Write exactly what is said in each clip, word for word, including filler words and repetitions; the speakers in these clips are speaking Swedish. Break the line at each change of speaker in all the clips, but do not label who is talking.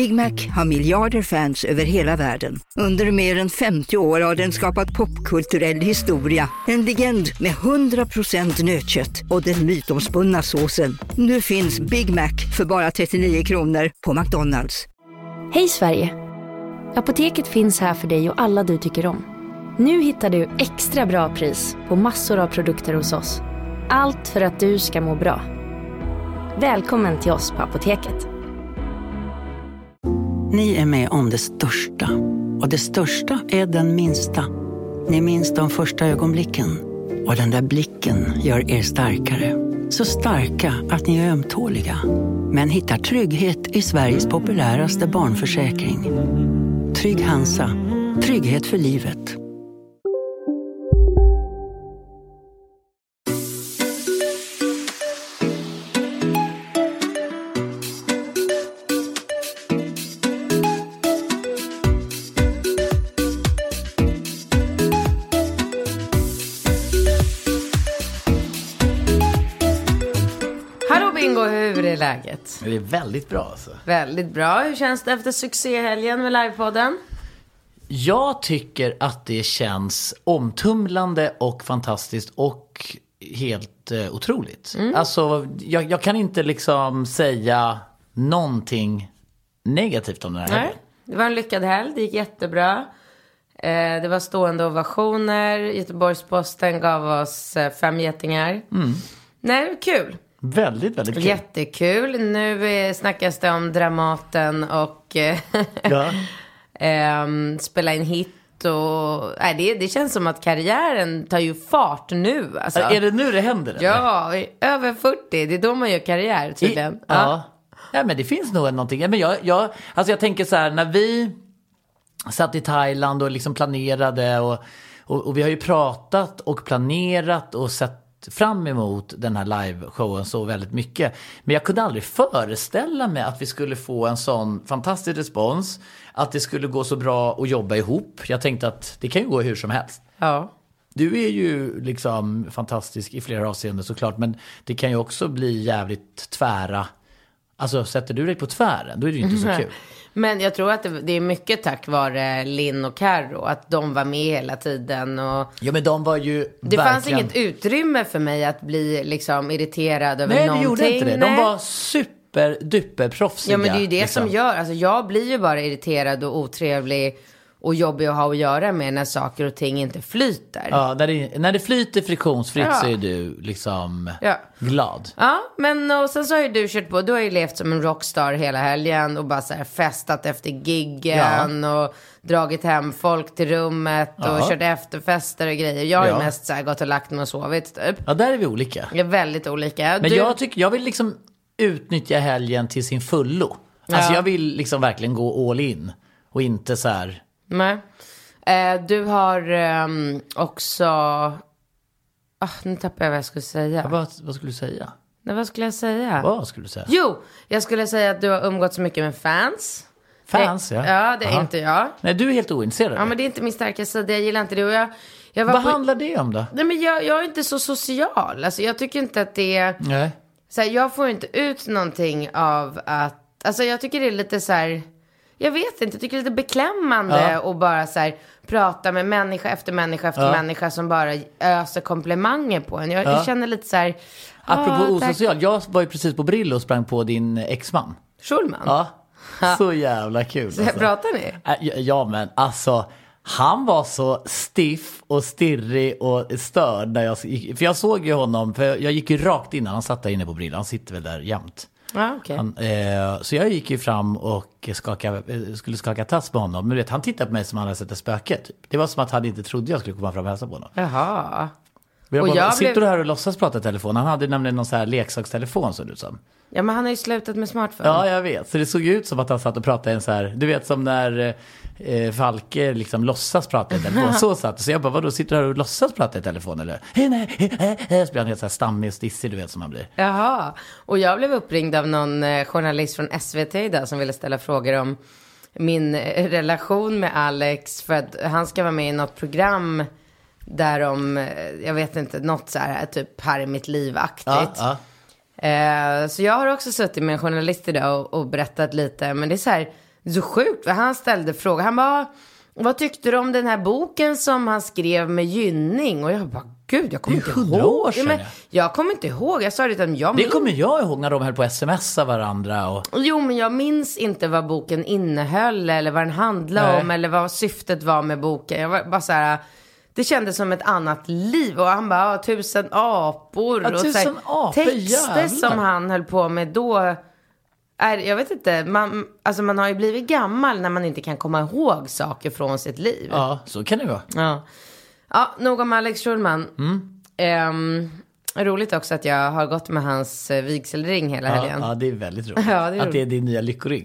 Big Mac har miljarder fans över hela världen. Under mer än femtio år har den skapat popkulturell historia. En legend med hundra procent nötkött och den mytomspunna såsen. Nu finns Big Mac för bara trettionio kronor på McDonald's.
Hej Sverige! Apoteket finns här för dig och alla du tycker om. Nu hittar du extra bra pris på massor av produkter hos oss. Allt för att du ska må bra. Välkommen till oss på Apoteket.
Ni är med om det största. Och det största är den minsta. Ni minns de första ögonblicken. Och den där blicken gör er starkare. Så starka att ni är ömtåliga. Men hittar trygghet i Sveriges populäraste barnförsäkring. Trygg Hansa. Trygghet för livet.
Läget.
Det är väldigt bra alltså.
Väldigt bra. Hur känns det efter succéhelgen med livepodden?
Jag tycker att det känns omtumlande och fantastiskt och helt eh, otroligt. Mm. Alltså, jag, jag kan inte liksom säga någonting negativt om den här helgen.
Nej, det var en lyckad helg. Det gick jättebra. Eh, det var stående ovationer. Göteborgs-Posten gav oss eh, fem getingar. Mm. Nej, det var kul.
Väldigt, väldigt kul.
Jättekul. Nu eh, snackas det om Dramaten och eh, ja. eh, spela in hit. Och, nej, det, det känns som att karriären tar ju fart nu. Alltså.
Är det nu det händer? Eller?
Ja, över fyrtio. Det är då man gör karriär tydligen.
I, ja. Ja. Ja, men det finns nog någonting. Men jag, jag, alltså jag tänker så här, när vi satt i Thailand och liksom planerade och, och, och vi har ju pratat och planerat och sett fram emot den här liveshowen så väldigt mycket. Men jag kunde aldrig föreställa mig att vi skulle få en sån fantastisk respons. Att det skulle gå så bra att jobba ihop. Jag tänkte att det kan ju gå hur som helst.
Ja.
Du är ju liksom fantastisk i flera avseenden såklart. Men det kan ju också bli jävligt tvära. Alltså sätter du dig på tvären, då är det ju inte så kul.
Men jag tror att det, det är mycket tack vare Linn och Karo. Att de var med hela tiden. Och
ja, men de var ju
det
verkligen...
fanns inget utrymme för mig att bli liksom irriterad över
Nej,
någonting.
Nej, det gjorde inte det. De var superduper proffsiga.
Ja, men det är ju det
liksom.
som gör. Alltså jag blir ju bara irriterad och otrevlig och jobbig att ha att göra med när saker och ting inte flyter.
Ja, när det, när det flyter friktionsfritt ja. Så är du liksom ja. glad.
Ja, men och sen så har ju du kört på. Du har ju levt som en rockstar hela helgen och bara så här festat efter giggen ja. Och dragit hem folk till rummet och ja. Kört efterfester och grejer. Jag har ja. ju mest så här gått och lagt mig och sovit typ.
Ja, där är vi olika.
Jag är väldigt olika.
Men
du...
jag tycker, jag vill liksom utnyttja helgen till sin fullo. Ja. Alltså jag vill liksom verkligen gå all in och inte så här...
Nej. Eh, du har eh, också... Ah, nu tappade jag vad jag skulle säga.
Ja, vad, vad skulle du säga?
Nej, vad skulle jag säga?
Vad skulle du säga?
Jo, jag skulle säga att du har umgått så mycket med fans.
Fans,
det,
ja.
Ja, det är
Aha.
inte jag.
Nej, du är helt ointresserad.
Ja, men det är inte min starka sida. Jag gillar inte det. Och jag, jag var
vad
på...
handlar det om då?
Nej, men jag, jag är inte så social. Alltså, jag tycker inte att det är...
Nej.
Så här, jag får inte ut någonting av att... Alltså, jag tycker det är lite så här... Jag vet inte, jag tycker det är lite beklämmande ja. Och bara så här, prata med människa efter människa efter ja. Människa som bara öser komplimanger på en. Jag, ja. jag känner lite så här...
Apropå osocial, jag var ju precis på Brillo och sprang på din exman.
Schulman?
Ja, ja. Så jävla kul.
Så alltså. Pratar ni?
Ja, ja, men alltså... Han var så stiff och stirrig och störd när jag gick, för jag såg ju honom, för jag gick ju rakt innan han satt där inne på Brillo. Han sitter väl där jämt.
Ah, okay.
han, eh, så jag gick ju fram och skaka, skulle skaka tass med honom. Men vet, han tittade på mig som han hade sett ett spöke. Typ. Det var som att han inte trodde jag skulle komma fram och hälsa på honom.
Jaha.
Jag bara,
jag
sitter
blev...
du här och låtsas prata i telefon? Han hade nämligen någon så här leksakstelefon så det ut som.
Ja, men han har ju slutat med smartphone.
Ja, jag vet. Så det såg ut som att han satt och pratade en så här... Du vet som när eh, Falke liksom låtsas prata i telefon. Så satt. Så jag bara, vadå, sitter du här och låtsas prata i telefon eller? Hej, nej, hej, hej. Så blir han helt så här stammig och stissig, du vet som han blir.
Jaha. Och jag blev uppringd av någon eh, journalist från S V T idag som ville ställa frågor om min eh, relation med Alex. För att han ska vara med i något program där om, jag vet inte, något så här typ här i mitt liv-aktigt.
Ja, ja.
Eh, så jag har också suttit med en journalist idag och, och berättat lite. Men det är så här, Det är så sjukt, för han ställde frågor. Han bara, vad tyckte du om den här boken som han skrev med Gynning? Och jag bara, gud, jag kommer inte ihåg.
År sedan,
ja, men jag kommer inte ihåg. Jag sa det till jag
Det kommer jag ihåg när de höll på att smsa varandra. Och...
Jo, men jag minns inte vad boken innehöll eller vad den handlade Nej. om eller vad syftet var med boken. Jag var bara så här, det kändes som ett annat liv. Och han bara, tusen apor.
Ja,
och
tusen
så här,
apor,
texter
jävlar.
som han höll på med då. Är, jag vet inte, man, alltså man har ju blivit gammal när man inte kan komma ihåg saker från sitt liv.
Ja, så kan det vara.
Ja, ja nog om Alex Schulman. Mm. Um, roligt också att jag har gått med hans uh, vigselring hela
ja,
helgen.
Ja, det är väldigt roligt.
Ja, det är
att
roligt.
det är din nya lyckoring.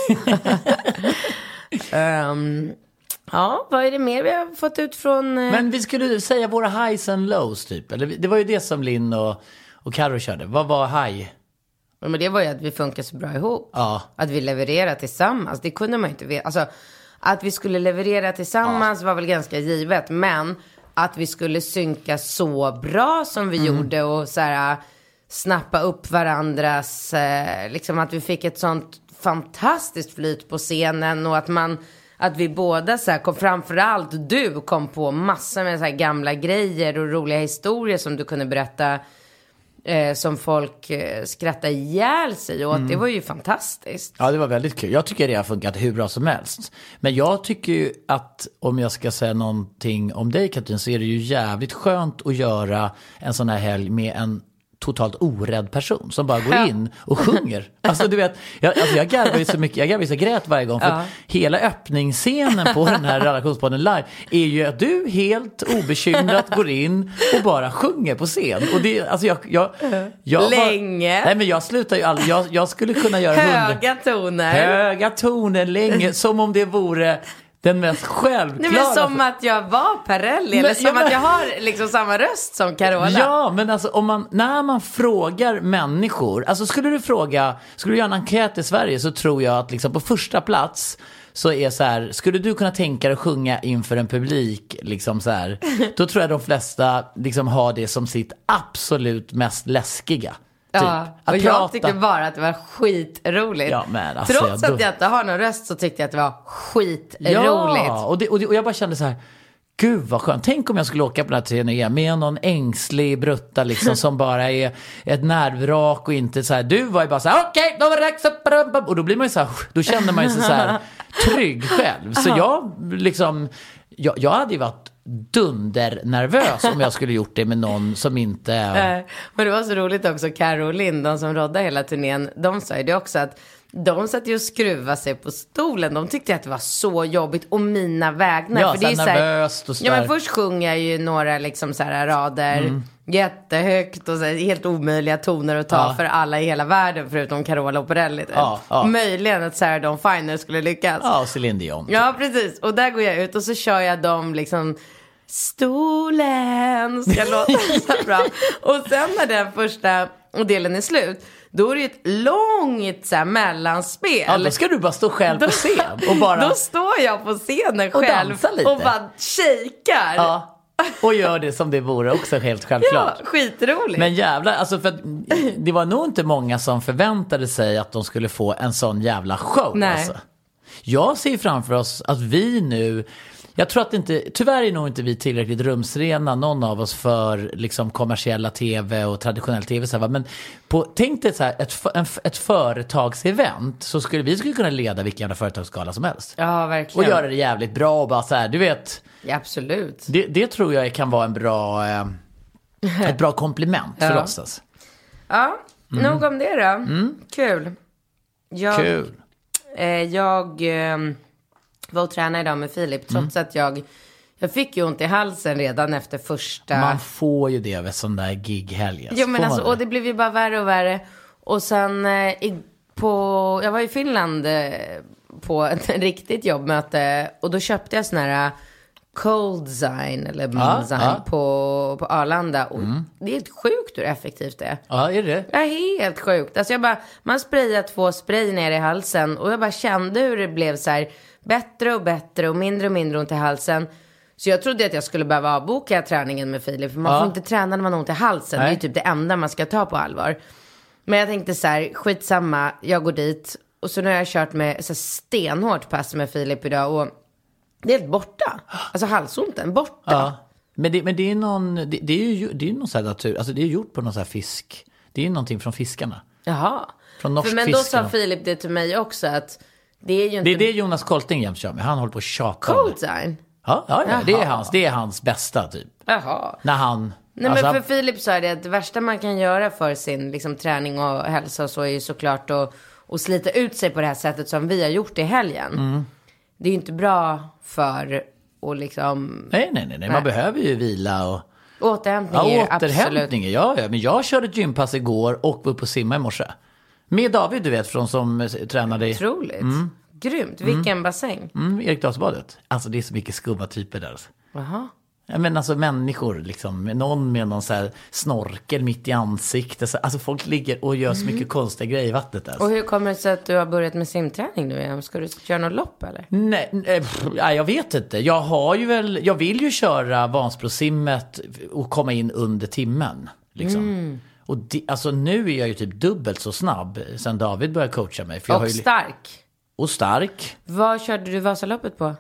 Ja. um, ja, vad är det mer vi har fått ut från... Uh...
Men vi skulle säga våra highs and lows typ. Eller, det var ju det som Linn och, och Karo körde. Vad var high?
Men det var ju att vi funkar så bra ihop.
Ja.
Att vi levererar tillsammans. Det kunde man ju inte veta. Alltså, att vi skulle leverera tillsammans ja. var väl ganska givet. Men att vi skulle synka så bra som vi mm. gjorde. Och så här, snappa upp varandras... Eh, liksom att vi fick ett sånt fantastiskt flyt på scenen. Och att man... Att vi båda så här, kom, framförallt du kom på massor med så här gamla grejer och roliga historier som du kunde berätta... Eh, som folk eh, skrattar ihjäl sig åt. Mm. Det var ju fantastiskt.
Ja, det var väldigt kul. Jag tycker det har funkat hur bra som helst. Men jag tycker ju att om jag ska säga någonting om dig, Katrin, så är det ju jävligt skönt att göra en sån här helg med en totalt orädd person som bara går in och sjunger. Alltså du vet, jag, alltså, jag garvar ju så mycket, jag garvar ju så grät varje gång för
ja.
hela öppningsscenen på den här relationspodden live är ju att du helt obekymrat går in och bara sjunger på scen. Och det, alltså jag, jag, jag
länge.
Var, nej men jag slutar ju aldrig, jag, jag skulle kunna göra
höga
hundra,
toner.
Höga toner länge, som om det vore den mest självklara.
Nej, men som att jag var Perrelli. Eller som ja, men... att jag har liksom samma röst som Carola.
Ja, men alltså om man, när man frågar människor. Alltså skulle du fråga, skulle du göra en enkät i Sverige, så tror jag att liksom på första plats så är så här, skulle du kunna tänka dig att sjunga inför en publik liksom så här, då tror jag de flesta liksom har det som sitt absolut mest läskiga. Typ.
Ja, och
att
jag
prata.
tyckte bara att det var skitroligt.
Ja, men alltså,
trots
jag,
att jag inte har någon röst så tyckte jag att det var skitroligt.
Ja, och, det, och, det, och jag bara kände så här, gud vad skönt. Tänk om jag skulle åka på den här turnén med någon ängslig brutta liksom, som bara är ett nervrak och inte så här, du var ju bara så här, okej, okay, då var det dags. Och då blir man ju så här, då känner man ju sig så här trygg själv. Så jag liksom, jag, jag hade ju varit dundernervös om jag skulle gjort det med någon som inte...
Men det var så roligt också, Karo och Linn, de som rådde hela turnén, de sa ju det också att de satt ju och skruvade sig på stolen. De tyckte att det var så jobbigt. Och mina vägnar.
Ja,
för det är
så nervöst och så.
Ja, men först sjunger jag ju några liksom så här rader mm. jättehögt och så här, helt omöjliga toner att ta ja. för alla i hela världen förutom Carola och Perrelli.
Ja, ja.
Möjligen att Sarah Dawn Finer skulle lyckas.
Ja, och Céline Dion.
Ja, precis. Och där går jag ut och så kör jag dem liksom... Stolen ska låta så bra. Och sen när den första delen är slut, då är det ett långt så här mellanspel.
Ja, då ska du bara stå själv på scen och bara...
Då står jag på scenen
och
själv
lite.
och bara kikar.
Ja. Och gör det som det vore också helt självklart.
Ja, skitroligt.
Men jävlar, alltså för att det var nog inte många som förväntade sig att de skulle få en sån jävla show.
Nej.
Alltså. Jag ser framför oss att vi nu... Jag tror att inte, tyvärr är nog inte vi tillräckligt rumsrena, någon av oss, för liksom kommersiella tv och traditionell tv. Så här, men på, tänk dig så här, ett, en, ett företagsevent, så skulle vi skulle kunna leda vilken jävla företagsgala som helst.
Ja, verkligen.
Och göra det jävligt bra och bara så här, du vet.
Ja, absolut.
Det, det tror jag kan vara en bra, eh, ett bra komplement för
ja.
oss. Alltså.
Ja, mm. nog om det då.
Mm.
Kul. Jag,
Kul.
Eh, jag... Eh, var och tränade idag med Filip, trots mm. att jag jag fick ju ont i halsen redan efter första...
Man får ju det av en sån där gig-helg.
Jo, men alltså, och det blev ju bara värre och värre. Och sen eh, i, på, jag var i Finland eh, på ett riktigt jobbmöte och då köpte jag sån här Coldzine eller Malzyme
ja, ja.
på, på Arlanda. Och mm. det är helt sjukt hur effektivt det är.
Ja, är det?
Ja, helt sjukt. Alltså jag bara, man sprayar två spray ner i halsen och jag bara kände hur det blev så här bättre och bättre och mindre och mindre ont i halsen. Så jag trodde att jag skulle behöva avboka träningen med Filip. För man ja. får inte träna när man har ont i halsen. Nej. Det är typ det enda man ska ta på allvar. Men jag tänkte så här, skitsamma, jag går dit. Och så nu har jag kört med så stenhårt pass med Filip idag. Och det är helt borta. Alltså halsonten, borta.
Ja. Men det, men det är någon, det, det är ju det är ju någon sån här natur, alltså det är gjort på någon sån här fisk. Det är ju någonting från fiskarna.
Jaha.
Från norsk
För, men då
fiskarna.
sa Filip det till mig också att det är ju inte...
Det är det Jonas Kolting jämt kör med. Han håller på att tjata.
Cold sign.
Ja, ja, ja. Det är hans, det är hans bästa typ.
Jaha.
När han...
Nej,
alltså,
men för Filip sa det att det värsta man kan göra för sin liksom, träning och hälsa och så är ju såklart att, att slita ut sig på det här sättet som vi har gjort i helgen. Mm. Det är ju inte bra för att liksom...
Nej, nej, nej, nej. Man behöver ju vila och...
Återhämtning
ja,
är
återhämtning,
absolut...
ja, ja. Men jag körde ett gympass igår och var uppe och simma i morse. Med David, du vet, från som tränade i...
Otroligt. Mm. Grymt. Vilken mm. bassäng?
Mm, Erik Dalsbadet. Alltså det är så mycket skumma typer där. Alltså.
Jaha.
Ja, men alltså människor, liksom, någon med någon så här snorkel mitt i ansiktet. Alltså folk ligger och gör så mycket mm. konstiga grejer i vattnet. Alltså.
Och hur kommer det sig att du har börjat med simträning nu igen? Ska du köra något lopp eller?
Nej, nej, jag vet inte. Jag har ju väl, jag vill ju köra Vansbrosimmet och komma in under timmen. Liksom. Mm. Och di, alltså nu är jag ju typ dubbelt så snabb sen David började coacha mig. För jag
och
har ju,
stark.
Och stark.
Vad körde du Vasaloppet på?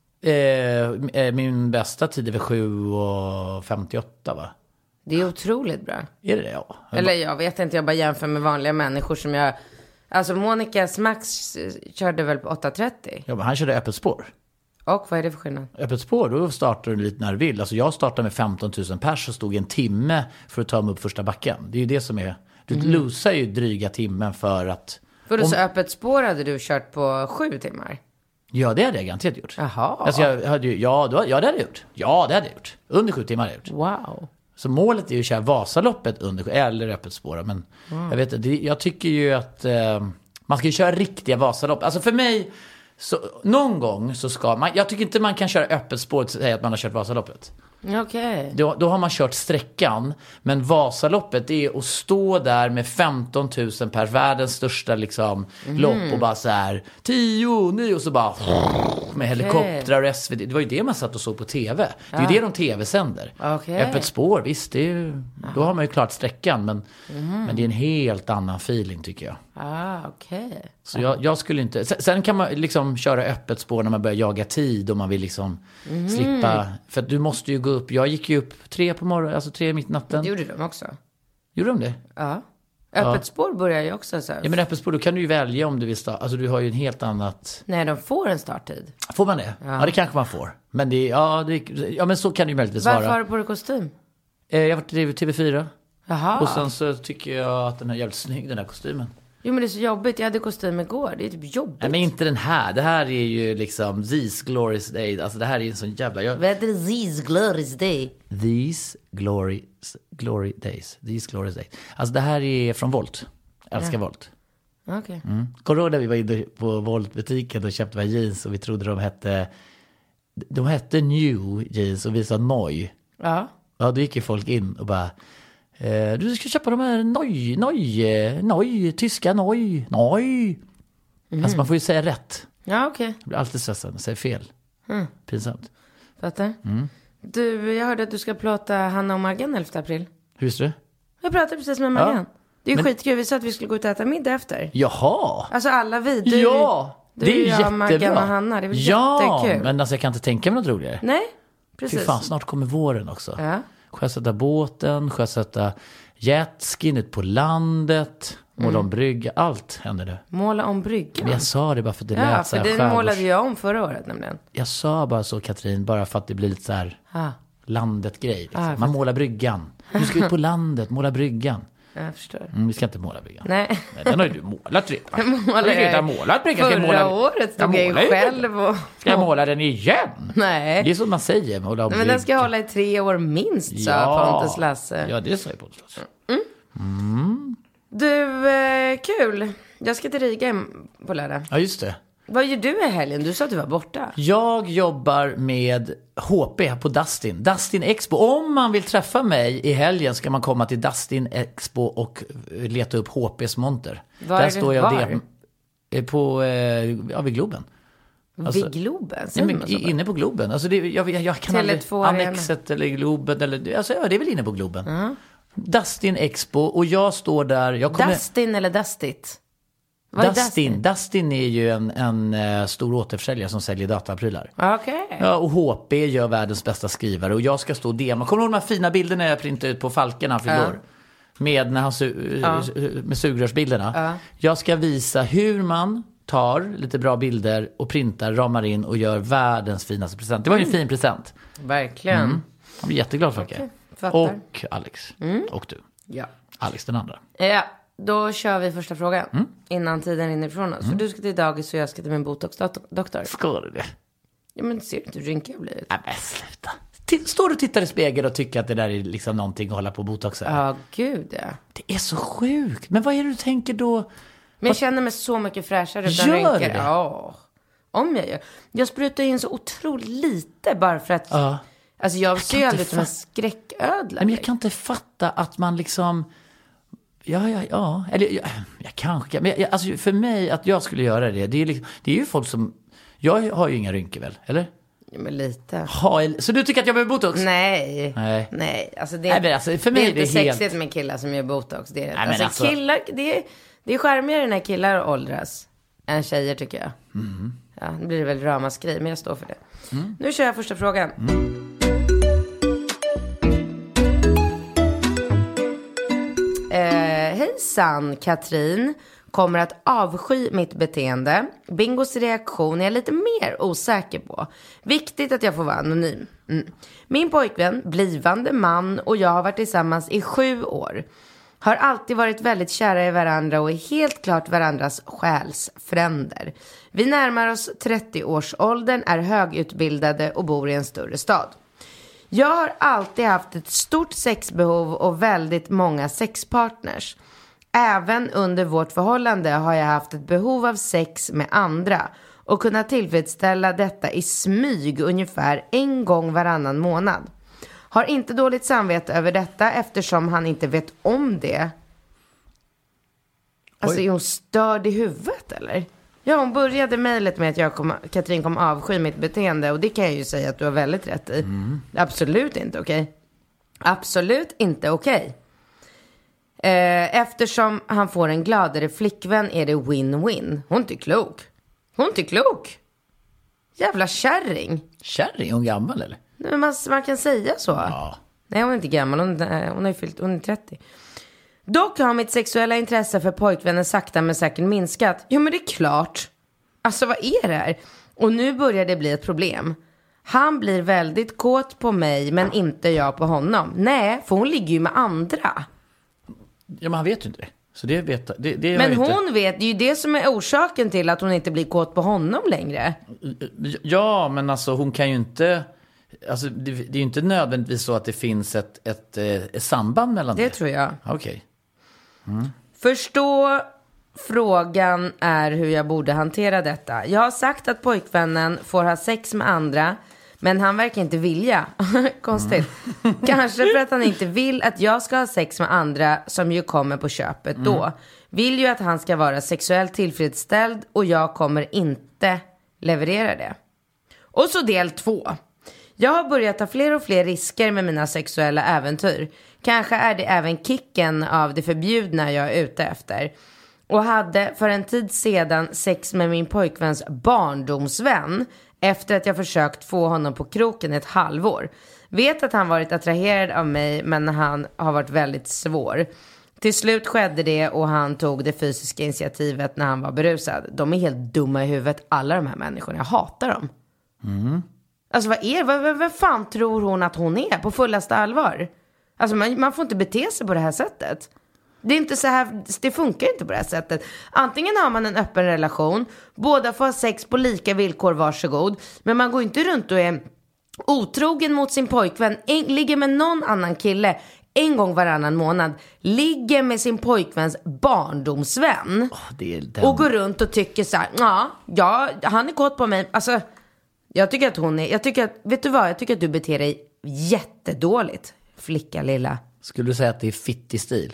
Eh, min bästa tid är väl sju femtioåtta, va?
Det är otroligt bra.
Är det det? Ja.
Eller jag vet inte, jag bara jämför med vanliga människor som jag... Alltså Monica Smax körde väl på åtta trettio.
Ja, men han körde öppet spår.
Och vad är det för skillnad?
Öppet spår, då startar du lite när du vill. Alltså jag startade med femton tusen pers och stod en timme för att ta mig upp första backen. Det är ju det som är... Du mm. losar ju dryga timmen för att...
För om... så öppet spår hade du kört på sju timmar?
Ja, det hade jag garanterat gjort.
Jaha.
Alltså jag hade ju, ja, då, ja, det hade jag gjort. Ja, det hade jag gjort. Under sju timmar hade jag gjort.
Wow.
Så målet är ju att köra Vasaloppet under eller öppet spår. Men mm. jag vet det, jag tycker ju att eh, man ska ju köra riktiga Vasalopp. Alltså för mig, så, någon gång så ska man, jag tycker inte man kan köra öppet spår och säga att man har kört Vasaloppet.
Okej. Okay.
Då, då har man kört sträckan. Men Vasaloppet är att stå där med femton tusen per världens största liksom, mm. lopp och bara så här tio, nio och så bara med helikoptrar och S V T. Det var ju det man satt och såg på tv. Det är ju ja. det de tv-sänder.
Okay.
Öppet spår, visst, det är ju, då har man ju klart sträckan. Men, mm. men det är en helt annan feeling tycker jag.
Ah, okej. Okay.
Så jag, jag skulle inte... Sen kan man liksom köra öppet spår när man börjar jaga tid och man vill liksom mm. slippa... För att du måste ju gå upp... Jag gick ju upp tre på morgonen, alltså tre mitt i natten.
Det gjorde de också.
Gjorde de det?
Ja. Öppet ja. spår börjar ju också så här.
Ja, men öppet spår, då kan du ju välja om du vill starta. Alltså du har ju en helt annat...
Nej, de får en starttid.
Får man det? Ja, ja det kanske man får. Men det... Ja, det, ja men så kan det ju möjligtvis vara.
Varför har du på dig kostym?
Eh, jag har varit i T V fyra.
Jaha.
Och sen så tycker jag att den är jävligt snygg, den här kostymen.
Jo, men det är så jobbigt. Jag hade kostym igår. Det är typ jobbigt.
Nej, men inte den här. Det här är ju liksom These Glorious Days. Alltså det här är en sån jävla... Jag...
Vad heter det? These Glorious Days?
These Glorious glory Days. These Glorious Days. Alltså det här är från Volt. Jag älskar ja. Volt.
Okej. Okay.
Mm. Kommer du ihåg när vi var inne på Volt-butiken och köpte jeans och vi trodde de hette... De hette New Jeans och vi sa Noi.
Ja.
Ja, då gick ju folk in och bara... Eh, du ska köpa de här Noi, Noi, Noi, tyska Noi, Noi. Mm. Alltså man får ju säga rätt.
Ja, okej. Okay.
Jag blir alltid stressad och säger fel. Mm. Pinsamt.
Fattar.
Mm.
Du, jag hörde att du ska prata Hanna och Maggan elfte april.
Hur visste du?
Jag pratade precis med Maggan. Ja. Det är ju
Men...
skitkul. Vi sa att vi skulle gå ut och äta middag efter.
Jaha.
Alltså alla vi. Du,
ja,
du,
det är
jag,
jättebra.
Maggan och Hanna. Det är väl
ja,
jättekul.
Men alltså jag kan inte tänka mig något roligare.
Nej, precis.
Fy fan, snart kommer våren också.
Ja.
Sjösätta båten, sjösätta jetskin ut på landet, måla mm. om brygga, allt händer nu.
Måla om brygga?
Men jag sa det bara för att det
ja,
lät så här
för det
skärgårds...
målade jag om förra året nämligen.
Jag sa bara så, Katrin, bara för att det blir lite så här
ah.
landet-grej. Liksom.
Ah,
Man målar bryggan. Du ska ut på landet, måla bryggan.
Jag förstår.
Mm, vi ska inte måla bryggan.
Nej.
Nej, den har ju du målat redan.
Jag målade
jag har redan målat bryggan.
Förra
måla...
året stod jag, jag själv och...
Ska jag måla den igen?
Nej.
Det är som man säger. Måla om
Nej, men den ska hålla i tre år minst, sa
ja.
Pontus Lasse.
Ja, det sa jag Pontus Lasse.
Mm.
Mm.
Du, eh, kul. Jag ska till Riga på lördag.
Ja, just det.
Vad gör du i helgen? Du sa att du var borta.
Jag jobbar med H P på Dustin. Dustin Expo. Om man vill träffa mig i helgen ska man komma till Dustin Expo och leta upp H P:s monter.
Var
Där
är
står
det?
jag
Var?
Det, på, ja, vid Globen.
Alltså, vid Globen?
Nej, men, inne på Globen. Alltså det, jag, jag, jag kan
Tele
aldrig...
två
Annexet eller Globen. Eller, alltså, ja, det är väl inne på Globen.
Uh-huh.
Dustin Expo. Och jag står där... Jag kommer...
Dustin eller Dustit? Vad är
Dustin,
Dustin?
Dustin är ju en, en uh, stor återförsäljare som säljer dataprylar.
Okej. Okay.
Ja, och H P gör världens bästa skrivare. Och jag ska stå och dema. Kommer du ihåg de här fina bilderna jag printade ut på Falken han fyllde år? Med, när han su-
Ja.
med sugrörsbilderna.
Ja.
Jag ska visa hur man tar lite bra bilder och printar, ramar in och gör världens finaste present. Det var ju en fin present.
Verkligen.
Mm. Jag blir jätteglad för
Okej,
det.
fattar.
Och Alex.
Mm.
Och du.
Ja.
Alex den andra.
Ja, då kör vi första frågan.
Mm.
Innan tiden rinner ifrån oss.
Mm.
För du ska till dagis och jag ska till min botox-doktor.
Ska du det?
Ja, men ser du inte hur rynkig jag har blivit?
Nej, men sluta. T- står du och tittar i spegeln och tycker att det där är liksom någonting att hålla på botox?
Ja, gud ja.
Det är så sjukt. Men vad är det du tänker då?
Men jag känner mig så mycket fräschare utan
Gör
rynkor.
det?
Ja. Om jag gör. Jag sprutar in så otroligt lite bara för att...
Ja.
Alltså jag, jag ser ju
inte
aldrig ut som en
fa-
skräcködla.
Nej, men jag kan inte fatta att man liksom... Ja, ja, ja. Eller, jag, jag kanske kan. Men jag, alltså, för mig att jag skulle göra det, det är, liksom, det är ju folk som... Jag har ju inga rynkor väl, eller?
Ja, men lite.
Ha, så du tycker att jag behöver botox?
Nej.
Nej.
Nej, alltså det,
Nej, men alltså, för mig
det är
är det
inte
helt...
sexigt med killar som gör botox. Det är,
men
alltså,
alltså-
killar, det är, det är charmigare när killar åldras än tjejer tycker jag.
Mm.
Ja, nu blir det väl ramaskri, men jag står för det.
Mm.
Nu kör jag första frågan.
Mm.
Eh, hejsan, Katrin. Kommer att avsky mitt beteende. Bingos reaktion är jag lite mer osäker på. Viktigt att jag får vara anonym. Mm. Min pojkvän, blivande man och jag har varit tillsammans i sju år. Har alltid varit väldigt kära i varandra och är helt klart varandras själsfränder. Vi närmar oss trettio-årsåldern, är högutbildade och bor i en större stad. Jag har alltid haft ett stort sexbehov och väldigt många sexpartners. Även under vårt förhållande har jag haft ett behov av sex med andra och kunnat tillfredsställa detta i smyg ungefär en gång varannan månad. Har inte dåligt samvete över detta eftersom han inte vet om det. Alltså
Oj.
är hon störd i huvudet eller? Ja, hon började mejlet med att jag kom, Katrin kom avsky mitt beteende. Och det kan jag ju säga att du har väldigt rätt i. Mm. Absolut inte okej. Okay. Absolut inte okej. Okay. Eh, eftersom han får en gladare flickvän är det win-win. Hon är inte klok. Hon är inte klok. Jävla kärring.
Kärring? Är hon gammal eller?
Nej, men man, man kan säga så.
Ja.
Nej, hon är inte gammal. Hon, hon har ju fyllt, hon är trettio. Dock har mitt sexuella intresse för pojkvännen sakta men säkert minskat. Ja, men det är klart. Alltså, vad är det här? Och nu börjar det bli ett problem. Han blir väldigt kåt på mig, men inte jag på honom. Nej, för hon ligger ju med andra.
Ja, men han vet ju inte det. Så det vet det, det
Men
har
hon
inte...
vet, det är ju det som är orsaken till att hon inte blir kåt på honom längre.
Ja, men alltså hon kan ju inte... Alltså, det, det är ju inte nödvändigtvis så att det finns ett, ett, ett samband mellan det.
Det tror jag.
Okej. Okay. Mm.
Förstå frågan är hur jag borde hantera detta. Jag har sagt att pojkvännen får ha sex med andra, men han verkar inte vilja. Konstigt. Mm. Kanske för att han inte vill att jag ska ha sex med andra som ju kommer på köpet då. Mm. Vill ju att han ska vara sexuellt tillfredsställd och jag kommer inte leverera det. Och så del två. Jag har börjat ta fler och fler risker med mina sexuella äventyr. Kanske är det även kicken av det förbjudna jag är ute efter. Och hade för en tid sedan sex med min pojkväns barndomsvän efter att jag försökt få honom på kroken ett halvår. Vet att han varit attraherad av mig, men han har varit väldigt svår. Till slut skedde det och han tog det fysiska initiativet när han var berusad. De är helt dumma i huvudet, alla de här människorna. Jag hatar dem.
Mm.
Alltså vad är vad, vad, vad fan tror hon att hon är på fullaste allvar? Alltså man, man får inte bete sig på det här sättet. Det är inte så här, det funkar inte på det här sättet. Antingen har man en öppen relation, båda får ha sex på lika villkor, varsågod. Men man går inte runt och är otrogen mot sin pojkvän, en, ligger med någon annan kille en gång varannan månad, ligger med sin pojkväns barndomsvän
oh, det är den.
Och går runt och tycker så här, ja, ja, han är kåt på mig. Alltså, jag tycker att hon är, jag tycker att, vet du vad, jag tycker att du beter dig jättedåligt, flicka lilla.
Skulle du säga att det är fittig stil?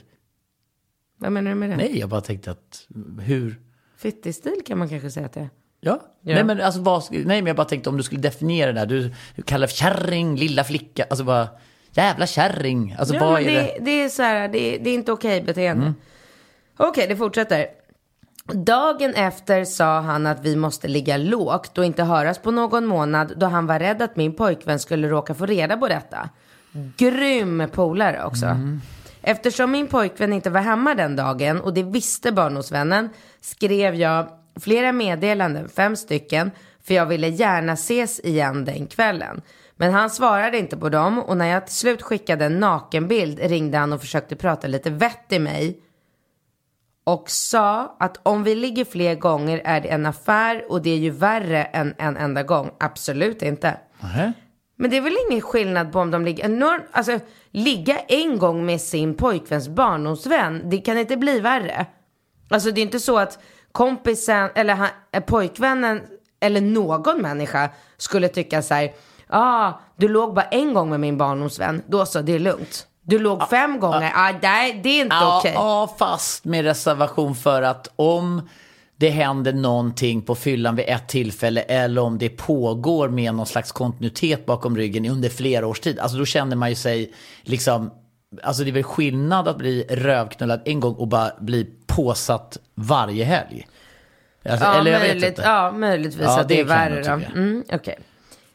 Vad menar du med det?
Nej, jag bara tänkte att, hur?
Fittig stil kan man kanske säga att det är.
Ja, ja. Nej men alltså vad, nej men jag bara tänkte om du skulle definiera det där, du, du kallar det kärring, lilla flicka, alltså bara jävla kärring, alltså
ja,
vad
men
är
det,
det?
det är så här, det, det är inte okej beteende. Mm. Okej, det fortsätter. Dagen efter sa han att vi måste ligga lågt och inte höras på någon månad, då han var rädd att min pojkvän skulle råka få reda på detta. Grym polare också. Mm. Eftersom min pojkvän inte var hemma den dagen och det visste barndomsvännen, skrev jag flera meddelanden, fem stycken, för jag ville gärna ses igen den kvällen. Men han svarade inte på dem, och när jag till slut skickade en nakenbild ringde han och försökte prata lite vett i mig. Och sa att om vi ligger fler gånger är det en affär, och det är ju värre än en enda gång. Absolut inte. Uh-huh. Men det är väl ingen skillnad på om de ligger... Alltså, ligga en gång med sin pojkväns barndomsvän, det kan inte bli värre. Alltså det är inte så att kompisen eller han, pojkvännen eller någon människa skulle tycka så här: ah, du låg bara en gång med min barndomsvän, då så, det är lugnt. Du låg fem ah, gånger, ah, nej, det är inte ah, okej.
Ja, ah, fast med reservation för att om det händer någonting på fyllan vid ett tillfälle, eller om det pågår med någon slags kontinuitet bakom ryggen under flera års tid, alltså då känner man ju sig liksom, alltså det är väl skillnad att bli rövknullad en gång och bara bli påsatt varje helg. Alltså,
ja,
eller jag
möjligt,
vet inte.
Ja, möjligtvis ja, att det, det är värre då. Mm, okej. Okay.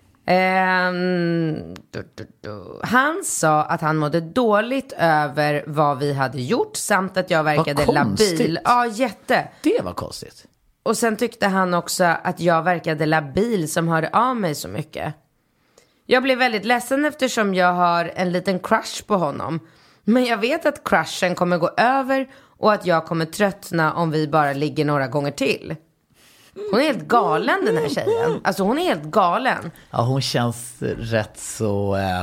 Um, du, du, du. Han sa att han mådde dåligt över vad vi hade gjort, samt att jag verkade labil. Ja, jätte.
Det var konstigt.
Och sen tyckte han också att jag verkade labil som hörde av mig så mycket. Jag blev väldigt ledsen eftersom jag har en liten crush på honom. Men jag vet att crushen kommer gå över och att jag kommer tröttna om vi bara ligger några gånger till. Hon är helt galen, den här tjejen. Alltså hon är helt galen.
Ja, hon känns rätt så... Äh,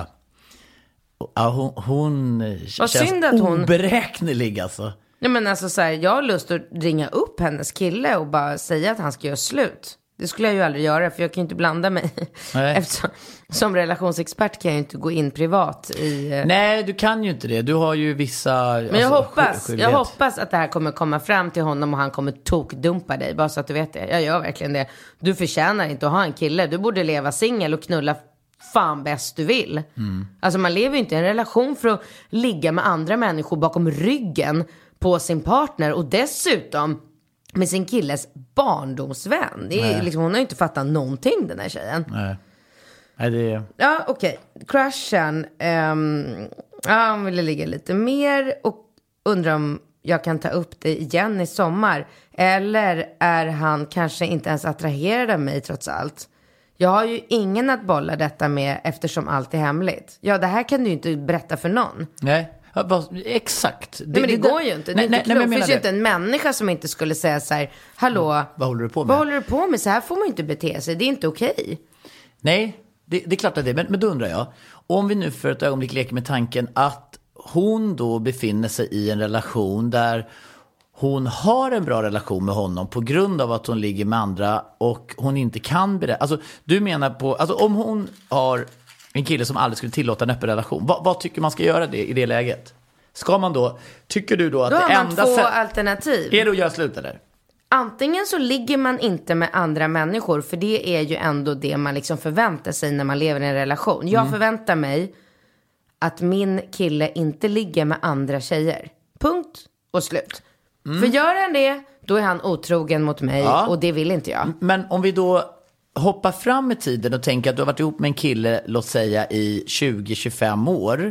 ja, hon, hon känns synd att hon... oberäknelig alltså.
Ja, men alltså så här, jag har lust att ringa upp hennes kille och bara säga att han ska göra slut. Det skulle jag ju aldrig göra, för jag kan ju inte blanda mig. Nej. Eftersom, som relationsexpert kan jag ju inte gå in privat i...
Nej, du kan ju inte det. Du har ju vissa...
Men jag, alltså, hoppas, jag hoppas att det här kommer komma fram till honom och han kommer tokdumpa dig. Bara så att du vet det. Jag gör verkligen det. Du förtjänar inte att ha en kille. Du borde leva singel och knulla fan bäst du vill. Mm. Alltså man lever ju inte i en relation för att ligga med andra människor bakom ryggen på sin partner. Och dessutom... med sin killes barndomsvän. Det är liksom, hon har ju inte fattat någonting, den här tjejen.
Nej. Nej, det är...
Ja, okej. Okay. Crushen. Um, ja, han ville ligga lite mer. Och undrar om jag kan ta upp det igen i sommar. Eller är han kanske inte ens attraherad av mig trots allt? Jag har ju ingen att bolla detta med eftersom allt är hemligt. Ja, det här kan du ju inte berätta för någon.
Nej. Ja, exakt.
Det, nej, men det, det går ju inte. Det nej, inte nej, nej, finns ju inte en människa som inte skulle säga så här: hallå, mm,
vad håller du på med?
Vad håller du på med? Så här får man ju inte bete sig. Det är inte okej.
Nej, det, det är klart att det är. Men, men då undrar jag, om vi nu för ett ögonblick leker med tanken att hon då befinner sig i en relation där hon har en bra relation med honom på grund av att hon ligger med andra och hon inte kan berätta. Alltså, du menar på, alltså om hon har en kille som aldrig skulle tillåta en öppen relation, vad, vad tycker man ska göra det i det läget? Ska man då, tycker du då att
då
det enda...
Då har man två sätt, alternativ.
Är det att göra slut eller?
Antingen så ligger man inte med andra människor, för det är ju ändå det man liksom förväntar sig när man lever i en relation. Jag mm. förväntar mig att min kille inte ligger med andra tjejer. Punkt och slut. Mm. För gör han det, då är han otrogen mot mig, ja. Och det vill inte jag.
Men om vi då hoppar fram i tiden och tänker att du har varit ihop med en kille, låt säga i tjugo till tjugofem år,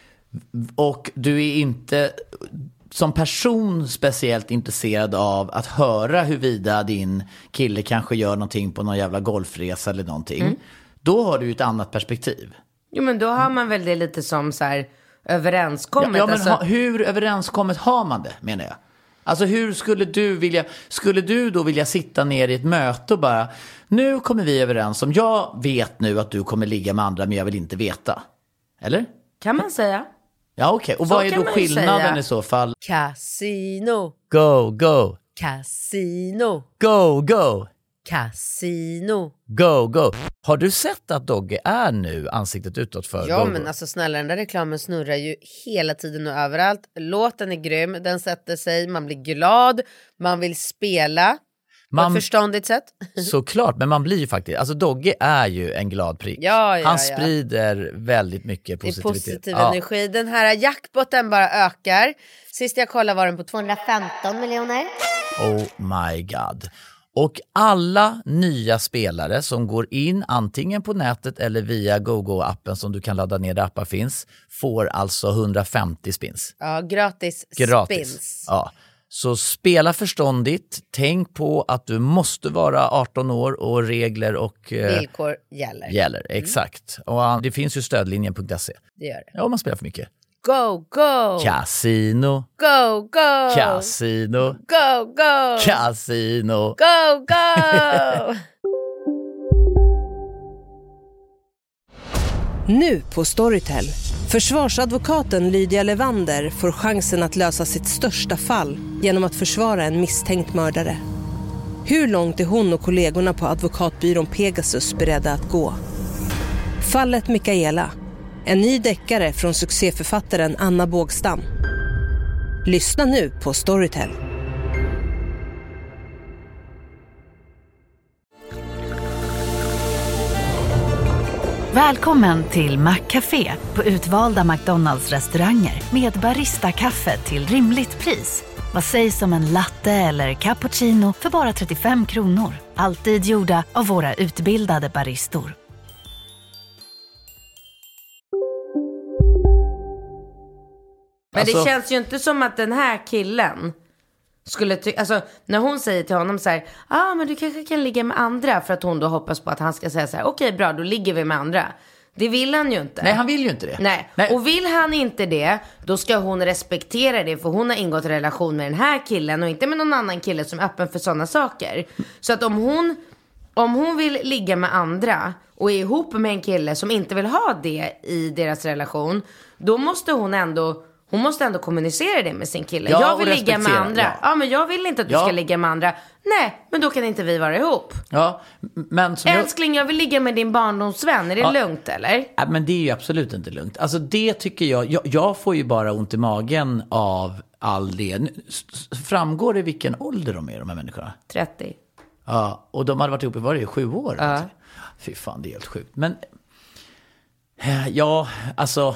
och du är inte som person speciellt intresserad av att höra huruvida din kille kanske gör någonting på någon jävla golfresa eller någonting. Mm. Då har du ett annat perspektiv.
Jo, men då har man väl det lite som så här överenskommet.
Ja, ja men
alltså...
ha, hur överenskommet har man det, menar jag? Alltså hur skulle du vilja, skulle du då vilja sitta ner i ett möte och bara, nu kommer vi överens om, jag vet nu att du kommer ligga med andra men jag vill inte veta. Eller?
Kan man säga.
Ja, okej. Okay. Och så vad är då skillnaden i så fall?
Casino.
Go, go.
Casino.
Go, go.
Casino.
Go, go. Har du sett att Dogge är nu ansiktet utåt för
Ja,
go,
men
go?
alltså snälla, den där reklamen snurrar ju hela tiden och överallt. Låten är grym, den sätter sig, man blir glad, man vill spela.
Man,
på ett förståndigt sätt.
Såklart, men man blir ju faktiskt... Alltså Dogge är ju en glad prick.
Ja, ja,
Han
ja.
sprider väldigt mycket positivitet.
Det är positiv
ja.
energi. Den här jackpotten bara ökar. Sist jag kollade var den på tvåhundrafemton miljoner.
Oh my god. Och alla nya spelare som går in antingen på nätet eller via GoGo-appen som du kan ladda ner där appar finns får alltså hundrafemtio spins.
Ja, gratis,
gratis.
spins.
Ja. Så spela förståndigt. Tänk på att du måste vara arton år och regler och eh,
villkor gäller.
gäller. Exakt. Och uh, det finns ju stödlinjen punkt se.
Det gör det.
Ja, om man spelar för mycket.
Go, go!
Casino.
Go, go!
Casino.
Go, go!
Casino.
Go, go!
Nu på Storytel. Försvarsadvokaten Lydia Levander får chansen att lösa sitt största fall genom att försvara en misstänkt mördare. Hur långt är hon och kollegorna på advokatbyrån Pegasus beredda att gå? Fallet Mikaela. En ny deckare från succéförfattaren Anna Bågstam. Lyssna nu på Storytel.
Välkommen till Maccafé på utvalda McDonalds-restauranger med Barista-kaffe till rimligt pris. Vad sägs om en latte eller cappuccino för bara trettiofem kronor? Alltid gjorda av våra utbildade baristor.
Men det
Alltså-
känns ju inte som att den här killen skulle ty- alltså när hon säger till honom så här, ah men du kanske kan ligga med andra, för att hon då hoppas på att han ska säga så här, okej okay, bra, då ligger vi med andra. Det vill han ju inte.
Nej, han vill ju inte det.
Nej.
Nej.
Och vill han inte det, då ska hon respektera det, för hon har ingått en relation med den här killen och inte med någon annan kille som är öppen för sådana saker. Så att om hon om hon vill ligga med andra och är ihop med en kille som inte vill ha det i deras relation, då måste hon ändå Hon måste ändå kommunicera det med sin kille.
Ja,
jag vill
och
ligga med
respektera,
andra.
ja.
Ja, men jag vill inte att du
Ja.
ska ligga med andra. Nej, men då kan inte vi vara ihop.
Ja, men som jag...
Älskling, jag vill ligga med din barndomsvän. Är det
Ja.
lugnt eller?
Ja, men det är ju absolut inte lugnt. Alltså det tycker jag, jag, jag får ju bara ont i magen av all det. Nu, s- s- framgår det vilken ålder de är, de här människorna?
trettio.
Ja, och de hade varit ihop i, var det, sju år?
Ja.
Alltså. Fy fan, det är helt sjukt. Men, eh, ja, alltså...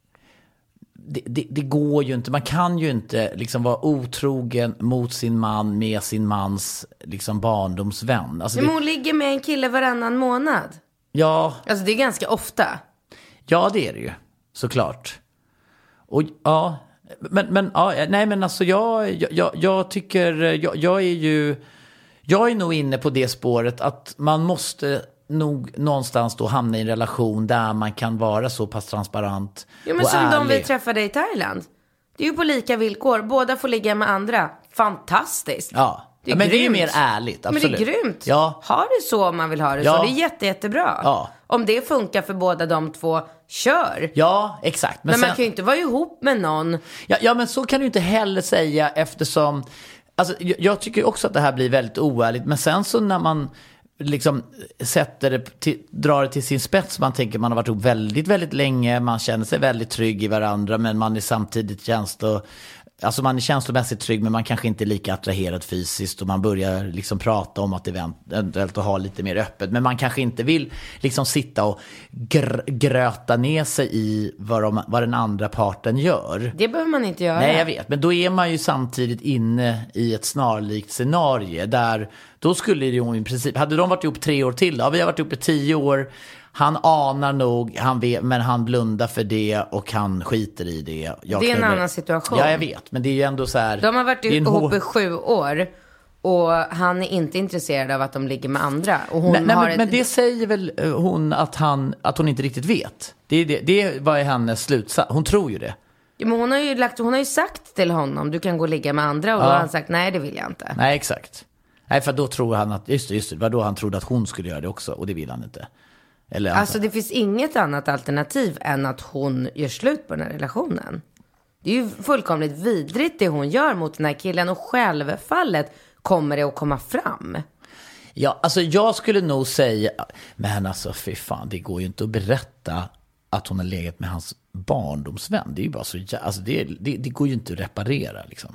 Det, det, det går ju inte, man kan ju inte liksom vara otrogen mot sin man med sin mans liksom barndomsvän. Alltså
Men
det,
hon ligger med en kille varannan månad.
ja,
Alltså det är ganska ofta.
ja, det är det ju, såklart. Och ja, men, men ja, nej men alltså jag, jag, jag, jag tycker, jag, jag är ju, jag är nog inne på det spåret att man måste nog någonstans då hamna i en relation där man kan vara så pass transparent
Ja, men
och
som de
ärlig.
vi träffade i Thailand. Det är ju på lika villkor. Båda får ligga med andra. Fantastiskt.
Ja,
Det är
ja, men det är ju
grymt.
mer ärligt, absolut.
Men det är grymt.
Ja.
Ha det så om man vill ha det
Ja.
så. Det är jätte, jättebra.
Ja.
Om det funkar för båda de två, kör.
Ja, exakt. Men,
Men
sen,
man kan ju inte vara ihop med någon.
ja, ja, men så kan du inte heller säga eftersom... Alltså, jag, jag tycker också att det här blir väldigt oärligt. Men sen så när man liksom sätter det till, drar det till sin spets, man tänker man har varit ihop väldigt, väldigt länge, man känner sig väldigt trygg i varandra, men man är samtidigt känslo, alltså man är känslomässigt trygg, men man kanske inte är lika attraherad fysiskt, och man börjar liksom prata om att eventuellt ha lite mer öppet, men man kanske inte vill liksom sitta och gr- gröta ner sig i vad, de, vad den andra parten gör.
Det behöver man inte göra.
Nej, jag vet. Men då är man ju samtidigt inne i ett snarlikt scenario där då skulle det ju i princip, hade de varit ihop tre år till, ja, vi har varit ihop i tio år, han anar nog, han vet, men han blundar för det och han skiter i det. Jag
Det är en
kan-
annan situation.
Ja, jag vet, men det är ju ändå så här.
De har varit
det är en
ihop
hår-
i sju år. Och han är inte intresserad av att de ligger med andra. Och hon
Nej, nej,
har
men,
ett...
men det säger väl eh, hon att, han, att hon inte riktigt vet. Det är, det, det var hennes slutsats. Hon tror ju det.
Ja, men hon har ju lagt, hon har ju sagt till honom, du kan gå och ligga med andra. Och då
Ja.
har han sagt, nej det vill jag inte.
Nej, exakt. Nej, för då tror han att, just det, just det, var då han trodde att hon skulle göra det också, och det vill han inte. Eller
Alltså det finns inget annat alternativ än att hon gör slut på den här relationen. Det är ju fullkomligt vidrigt det hon gör mot den här killen. Och självfallet kommer det att komma fram.
Ja, alltså jag skulle nog säga, men alltså fy fan, det går ju inte att berätta att hon har legat med hans barndomsvän. Det är ju bara så, alltså det, det, det går ju inte att reparera liksom.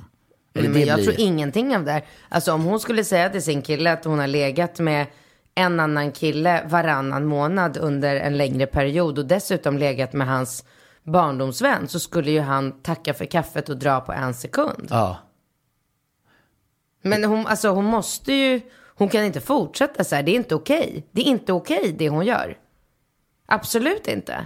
Nej, men jag blir... tror ingenting av det här. Alltså om hon skulle säga till sin kille att hon har legat med en annan kille varannan månad under en längre period och dessutom legat med hans barndomsvän, så skulle ju han tacka för kaffet och dra på en sekund.
Ja.
Men hon, alltså hon måste ju, hon kan inte fortsätta så här. Det är inte okej. Det är inte okej det hon gör. Absolut inte.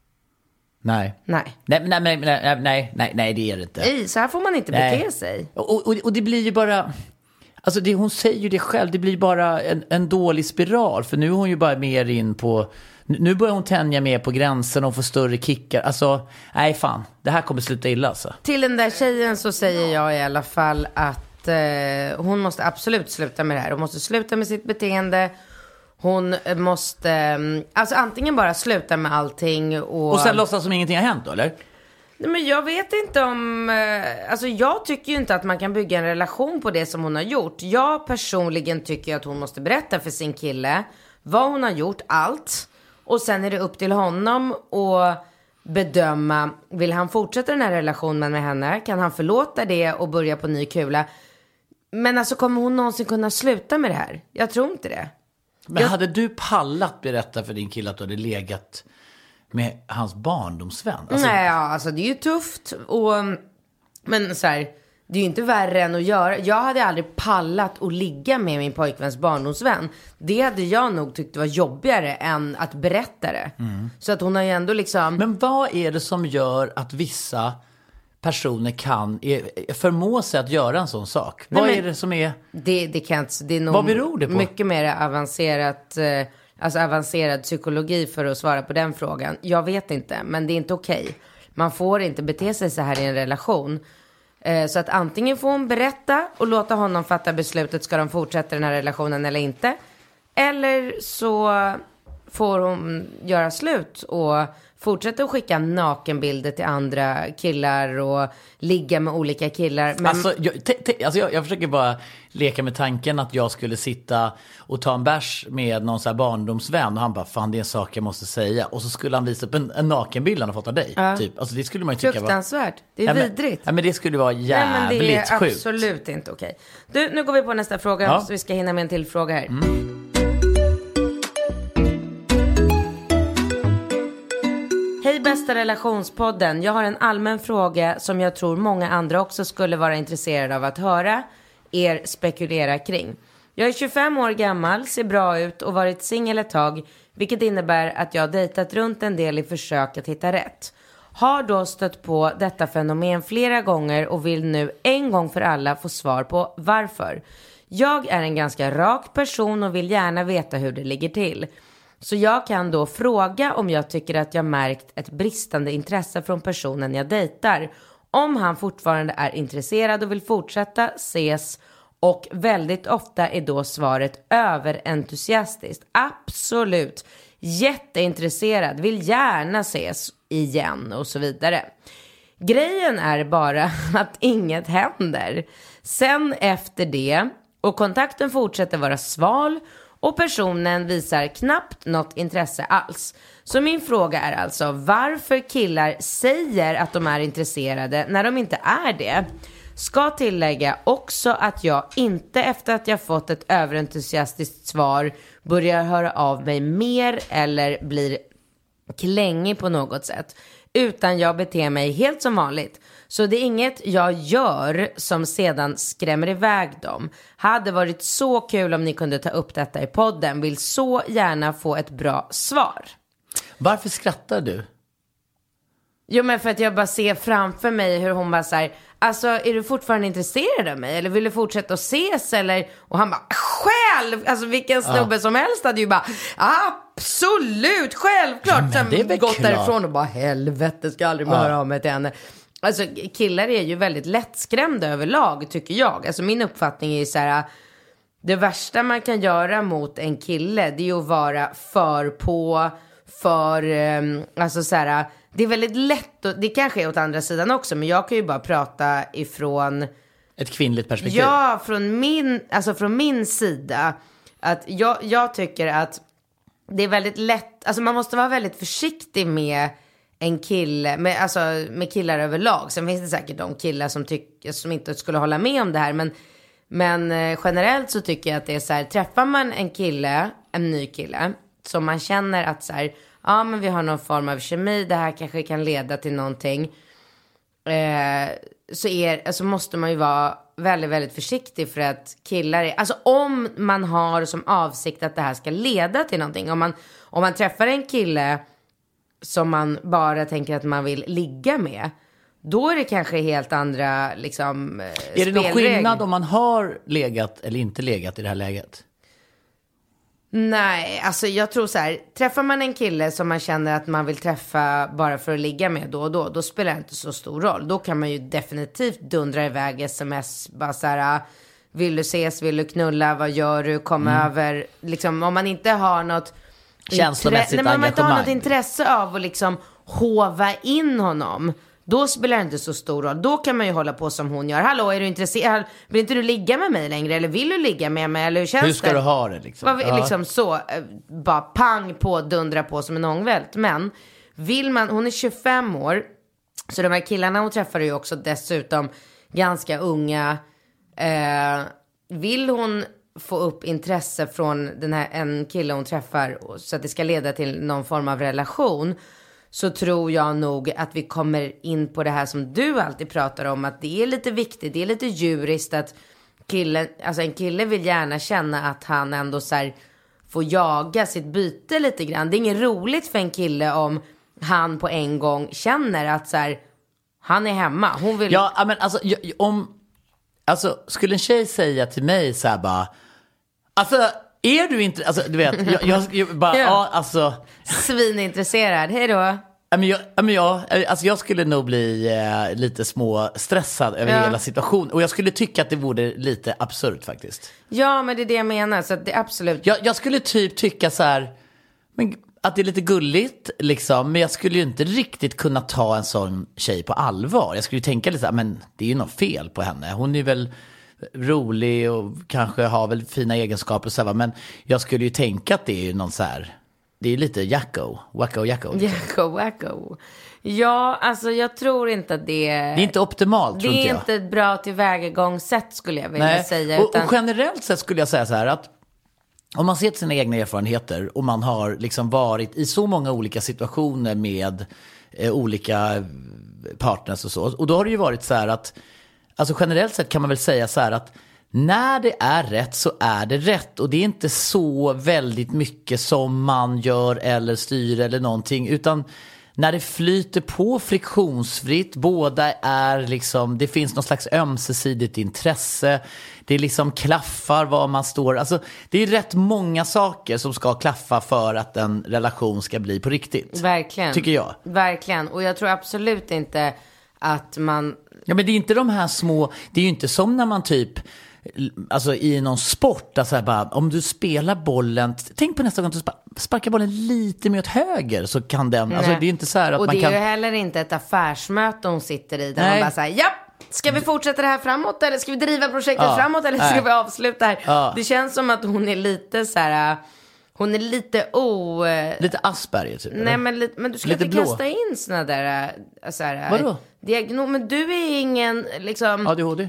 Nej.
Nej.
Nej, nej, nej, nej, nej, nej, nej, det är det inte.
Nej, så här får man inte
nej.
bete sig.
Och, och, och det blir ju bara... Alltså det, hon säger ju det själv, det blir bara en, en dålig spiral. För nu är hon ju bara mer in på... Nu börjar hon tänja mer på gränsen och få större kickar. Alltså, nej fan, det här kommer sluta illa alltså.
Till den där tjejen så säger jag i alla fall att eh, hon måste absolut sluta med det här. Hon måste sluta med sitt beteende. Hon måste, alltså antingen bara sluta med allting och...
Och sen låtsas som ingenting har hänt då, eller?
Nej, men jag vet inte om... Alltså jag tycker ju inte att man kan bygga en relation på det som hon har gjort. Jag personligen tycker att hon måste berätta för sin kille vad hon har gjort, allt. Och sen är det upp till honom att bedöma, vill han fortsätta den här relationen med henne? Kan han förlåta det och börja på ny kula? Men alltså kommer hon någonsin kunna sluta med det här? Jag tror inte det.
Men
jag...
hade du pallat berätta för din kille att du hade legat med hans barndomsvän? Alltså...
Nej, ja, alltså det är ju tufft. Och, men så här, det är ju inte värre än att göra. Jag hade aldrig pallat att ligga med min pojkväns barndomsvän. Det hade jag nog tyckt var jobbigare än att berätta det. Mm. Så att hon har ju ändå liksom...
Men vad är det som gör att vissa personer kan förmå sig att göra en sån sak? Nej, vad är det som är...
Det, det kan inte... Det är nog
vad beror det på?
Mycket mer avancerat... Alltså avancerad psykologi för att svara på den frågan. Jag vet inte, men det är inte okej. Man får inte bete sig så här i en relation. Så att antingen får hon berätta och låta honom fatta beslutet, ska de fortsätta den här relationen eller inte. Eller så får hon göra slut och fortsätta att skicka nakenbilder till andra killar och ligga med olika killar. Men...
Alltså, jag, te, te, alltså jag, jag försöker bara leka med tanken att jag skulle sitta och ta en bärs med någon så här barndomsvän och han bara, fan det är en sak jag måste säga. Och så skulle han visa upp en, en nakenbild han har fått av dig. Ja. Typ. Alltså det skulle man ju tycka var...
Fruktansvärt, det är
ja, men,
vidrigt.
Ja men det skulle vara jävligt sjukt. Nej, men det är
sjukt. Absolut inte okej. Du, nu går vi på nästa fråga, ja. Så vi ska hinna med en till fråga här. Mm. Hej bästa relationspodden, jag har en allmän fråga som jag tror många andra också skulle vara intresserade av att höra er spekulera kring. Jag är tjugofem år gammal, ser bra ut och varit singel ett tag, vilket innebär att jag har dejtat runt en del i försök att hitta rätt. Har då stött på detta fenomen flera gånger och vill nu en gång för alla få svar på varför. Jag är en ganska rak person och vill gärna veta hur det ligger till. Så jag kan då fråga om jag tycker att jag märkt ett bristande intresse från personen jag dejtar. Om han fortfarande är intresserad och vill fortsätta ses. Och väldigt ofta är då svaret överentusiastiskt. Absolut. Jätteintresserad. Vill gärna ses igen och så vidare. Grejen är bara att inget händer. Sen efter det och kontakten fortsätter vara sval. Och personen visar knappt något intresse alls. Så min fråga är alltså varför killar säger att de är intresserade när de inte är det. Ska tillägga också att jag inte efter att jag fått ett överentusiastiskt svar börjar höra av mig mer eller blir klängig på något sätt. Utan jag beter mig helt som vanligt. Så det är inget jag gör som sedan skrämmer iväg dem. Hade varit så kul om ni kunde ta upp detta i podden. Vill så gärna få ett bra svar.
Varför skrattar du?
Jo men för att jag bara ser framför mig hur hon bara säger, alltså är du fortfarande intresserad av mig? Eller vill du fortsätta att ses? Eller... Och han bara, själv! Alltså vilken snubbe ja. som helst hade ju bara, absolut, självklart. Ja, sen gått klart. därifrån och bara, helvete, ska aldrig ja. höra av mig till henne. Alltså killar är ju väldigt lättskrämda överlag tycker jag. Alltså min uppfattning är så här, det värsta man kan göra mot en kille det är att vara för på, för, alltså så här, det är väldigt lätt, och det kanske är åt andra sidan också, men jag kan ju bara prata ifrån
ett kvinnligt perspektiv.
Ja, från min, alltså från min sida, att jag, jag tycker att det är väldigt lätt, alltså man måste vara väldigt försiktig med en kille, med, alltså med killar överlag. Sen finns det säkert de killar som, tyck, som inte skulle hålla med om det här. Men, men eh, generellt så tycker jag att det är så här, träffar man en kille, en ny kille, som man känner att så här, ja men vi har någon form av kemi, det här kanske kan leda till någonting. Eh, så är, alltså måste man ju vara väldigt, väldigt försiktig för att killar är, alltså om man har som avsikt att det här ska leda till någonting. Om man, om man träffar en kille som man bara tänker att man vill ligga med, då är det kanske helt andra liksom
Är det någon skillnad om man har legat eller inte legat i det här läget?
Nej, alltså jag tror så här, träffar man en kille som man känner att man vill träffa bara för att ligga med då och då, då spelar det inte så stor roll. Då kan man ju definitivt dundra iväg sms, bara så här, vill du ses, vill du knulla, vad gör du, kom mm. över, liksom om man inte har något
känslomässigt
intre- nej,
engagemang.
Man inte har något intresse av att liksom hova in honom. Då spelar det inte så stor roll. Då kan man ju hålla på som hon gör. Hallå, är du intresserad? Vill inte du ligga med mig längre? Eller vill du ligga med mig? Eller hur känns det?
Hur ska
det?
du ha det liksom?
Bara, ja. Liksom så, bara pang på, dundra på som en ångvält. Men vill man, hon är tjugofem år. Så de här killarna hon träffar är ju också dessutom ganska unga. Eh, vill hon få upp intresse från den här, en kille hon träffar så att det ska leda till någon form av relation, så tror jag nog att vi kommer in på det här som du alltid pratar om, att det är lite viktigt, det är lite djuriskt att killen, alltså en kille vill gärna känna att han ändå så här får jaga sitt byte lite grann. Det är inget roligt för en kille om han på en gång känner att så här, han är hemma. Hon vill...
Ja, men alltså om alltså skulle en tjej säga till mig så här bara, alltså är du inte, alltså du vet, jag, jag, jag bara, ja. ja, alltså
svinintresserad, hej då.
Men jag, men jag, alltså jag skulle nog bli eh, lite små stressad över ja. hela situationen. Och jag skulle tycka att det vore lite absurt faktiskt.
Ja, men det är det jag menar, så att det är absolut.
Jag, jag skulle typ tycka så här, men, att det är lite gulligt liksom. Men jag skulle ju inte riktigt kunna ta en sån tjej på allvar. Jag skulle ju tänka lite så här, men det är ju något fel på henne. Hon är väl rolig och kanske har väl fina egenskaper och så här, men jag skulle ju tänka att det är ju någon så här, det är lite jacko, wacko, jacko.
Liksom. Jacko, wacko. Ja, alltså jag tror inte att det är...
Det är inte optimalt, tror
inte jag.
Det är
inte ett bra tillvägagångssätt skulle jag vilja
Nej.
säga.
Och,
utan...
och generellt sett skulle jag säga så här att om man ser till sina egna erfarenheter och man har liksom varit i så många olika situationer med eh, olika partners och så. Och då har det ju varit så här att, alltså generellt sett kan man väl säga så här att när det är rätt så är det rätt. Och det är inte så väldigt mycket som man gör eller styr eller någonting. Utan när det flyter på friktionsfritt, båda är liksom, det finns någon slags ömsesidigt intresse. Det är liksom klaffar var man står. Alltså det är rätt många saker som ska klaffa för att en relation ska bli på riktigt.
Verkligen.
Tycker jag.
Verkligen. Och jag tror absolut inte att man...
Ja, men det är inte de här små, det är ju inte som när man typ, alltså i någon sport, alltså här bara, om du spelar bollen, tänk på nästa gång att du sparkar bollen lite mer åt höger så kan den, Nej. alltså det är inte så här att
och
man kan...
Och det är ju heller inte ett affärsmöte hon sitter i där
Nej.
man bara säger, ja, ska vi fortsätta det här framåt eller ska vi driva projektet ja. framåt eller ska Nej. vi avsluta här? Ja. Det känns som att hon är lite så här... Hon är lite o...
Lite Asperger typ.
Nej, men, men du ska
lite
inte blå. kasta in såna där... Så här,
vadå?
Diagnos, men du är ingen liksom...
A D H D.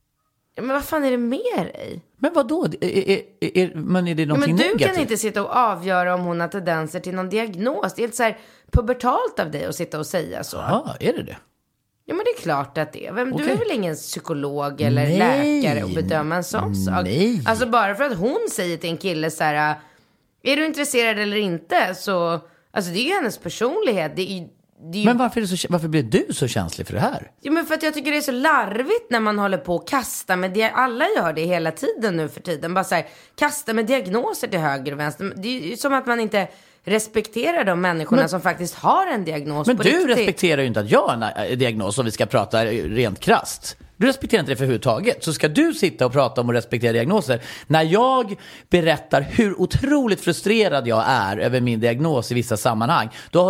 Men vad fan är det med dig?
Men vadå? Är, är, är, är, men är det någonting
ja, men du
negativt?
kan inte sitta och avgöra om hon har tendenser till någon diagnos. Det är helt så här pubertalt av dig att sitta och säga så.
Ja, är det det?
Ja, men det är klart att det är. Men
okay.
Du är väl ingen psykolog eller
Nej.
läkare och bedöma en sån sak?
Nej.
Alltså bara för att hon säger till en kille så här... Är du intresserad eller inte? Så, alltså det är ju hennes personlighet. Det är ju, det är ju...
Men varför, är det så, varför blir du så känslig för det här?
Ja, men för att jag tycker det är så larvigt när man håller på och kasta med dia- alla gör det hela tiden nu för tiden. Bara så här, kasta med diagnoser till höger och vänster. Det är ju som att man inte respekterar de människorna men, som faktiskt har en diagnos
men
på
du
riktigt.
respekterar ju inte att jag har en diagnos om vi ska prata rent krasst. Du respekterar inte det för överhuvudtaget. Så ska du sitta och prata om att respektera diagnoser. När jag berättar hur otroligt frustrerad jag är över min diagnos i vissa sammanhang, då har du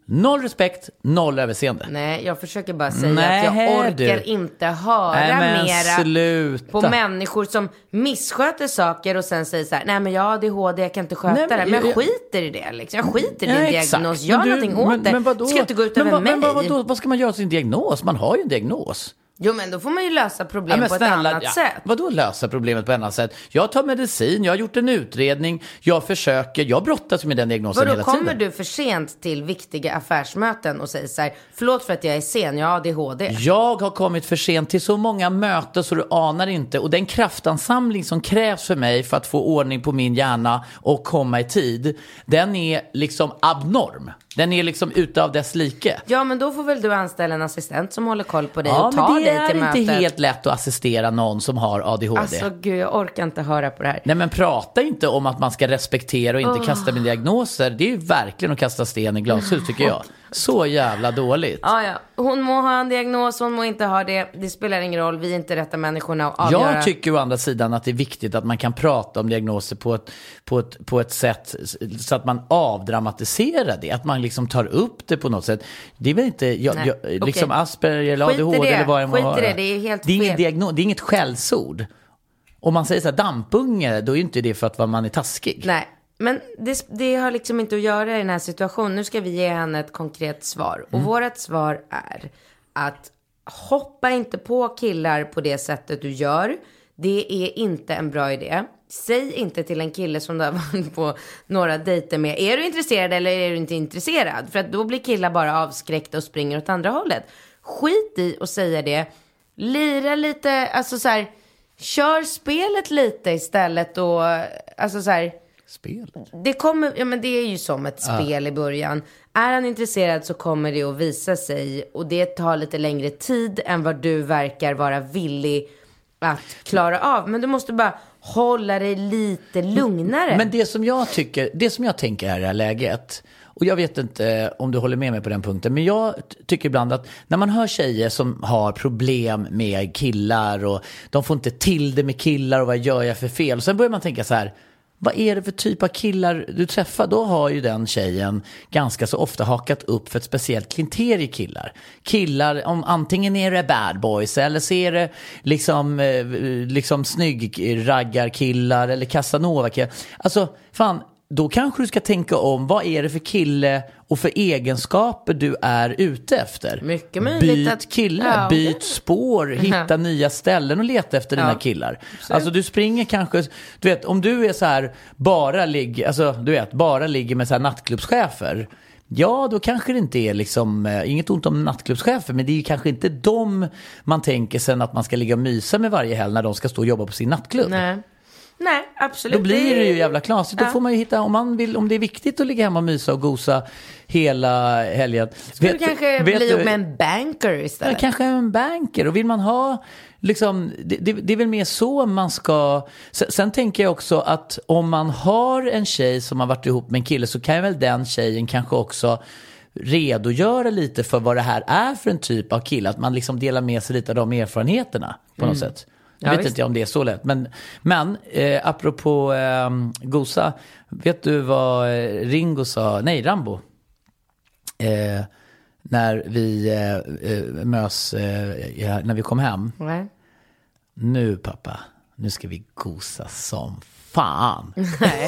Noll respekt, noll överseende.
Nej, jag försöker bara säga
Nej,
att jag orkar
du.
inte höra
Nej, men
mera
sluta.
på människor som missköter saker och sen säger så här: nej men jag har A D H D, jag kan inte sköta
Nej, men
det. Men jag,
jag-
skiter i det liksom. Jag skiter i
Ja,
din
exakt.
diagnos. Gör
Men du-
någonting åt
men,
det.
Men vadå?
Det ska inte gå ut
men,
över
vad-
mig.
Men vad, vadå? Vad ska man göra åt sin diagnos? Man har ju en diagnos.
Jo, men då får man ju lösa problem
Ja, men
på
snälla,
ett annat
ja,
sätt.
vadå lösa problemet på ett annat sätt? Jag tar medicin, jag har gjort en utredning, jag försöker, jag brottas med den diagnosen
Vadå,
hela
kommer
tiden.
du för sent till viktiga affärsmöten och säger så här: förlåt för att jag är sen, jag har A D H D.
Jag har kommit för sent till så många möten så du anar inte. Och den kraftansamling som krävs för mig för att få ordning på min hjärna och komma i tid, den är liksom abnorm. Den är liksom ute av dess like.
Ja, men då får väl du anställa en assistent som håller koll på dig
Ja,
och tar
men det
dig till
är
mötet.
inte helt lätt att assistera någon som har A D H D.
Alltså gud, jag orkar inte höra på det här.
Nej, men prata inte om att man ska respektera och inte
Oh.
kasta med diagnoser. Det är ju verkligen att kasta sten i glashus, tycker jag. Så jävla dåligt.
Ja, ja. Hon må ha en diagnos, hon må inte ha det. Det spelar ingen roll, vi är inte rätta människorna att avgöra.
Jag tycker å andra sidan att det är viktigt att man kan prata om diagnoser på ett, på ett, på ett sätt så att man avdramatiserar det. Att man liksom tar upp det på något sätt. Det är väl inte jag,
Nej,
jag,
okej.
liksom Asperger eller A
Skit i
D H D
det.
eller vad jag må
Skit i
vara.
det, det är helt
det är ingen
fel.
diagnos, det är inget skällsord. Om man säger så här dampunge, då är ju inte det för att man är taskig.
Nej, men det, det har liksom inte att göra i den här situationen. Nu ska vi ge henne ett konkret svar. Och
Mm.
vårt svar är att hoppa inte på killar på det sättet du gör. Det är inte en bra idé. Säg inte till en kille som du har varit på några dejter med: är du intresserad eller är du inte intresserad? För att då blir killar bara avskräckta och springer åt andra hållet. Skit i och säga det. Lira lite, alltså så här, kör spelet lite istället och alltså så här,
Spel.
det kommer, ja men det är ju som ett spel i början. Är han intresserad så kommer det att visa sig, och det tar lite längre tid än vad du verkar vara villig att klara av. Men du måste bara hålla dig lite lugnare.
Men det som jag tycker, det som jag tänker här i det här läget, och jag vet inte om du håller med mig på den punkten, men jag tycker ibland att när man hör tjejer som har problem med killar och de får inte till det med killar och vad gör jag för fel, och sen börjar man tänka så här: vad är det för typ av killar du träffar? Då har ju den tjejen ganska så ofta hakat upp för ett speciellt klienter i killar. Killar, om antingen är det bad boys eller så är det liksom, eh, liksom snygg raggarkillar eller casanova-killar. Alltså, fan, då kanske du ska tänka om, vad är det för kille och för egenskaper du är ute efter?
Mycket möjligt
Byt
att-
kille,
Ja,
byt
okej.
spår, hitta nya ställen och leta efter dina
Ja.
killar. Alltså du springer kanske, du vet, om du är så här, bara ligger, alltså du vet, bara ligger med så här nattklubbschefer. Ja, då kanske det inte är liksom, eh, inget ont om nattklubbschefer, men det är ju kanske inte dem man tänker sen att man ska ligga och mysa med varje helg när de ska stå och jobba på sin nattklubb.
Nej. Nej, absolut.
Då blir det ju jävla knasigt. Då
Ja.
får man ju hitta, om man vill, om det är viktigt att ligga hemma och mysa och gosa hela helgen.
Ska du kanske bli ihop med en banker istället?
Ja, kanske en banker. Och vill man ha, liksom, det, det, det är väl mer så man ska. Sen, sen tänker jag också att om man har en tjej som har varit ihop med en kille, så kan väl den tjejen kanske också redogöra lite för vad det här är för en typ av kille. Att man liksom delar med sig lite av de erfarenheterna på något sätt. Jag
Ja,
vet
visst.
inte om det är så lätt. Men, men eh, apropå eh, gosa, vet du vad Ringo sa? Nej, Rambo. Eh, när vi eh, eh, mös, eh, ja, när vi kom hem.
Nej.
Nu pappa, nu ska vi gosa som fan.
Nej.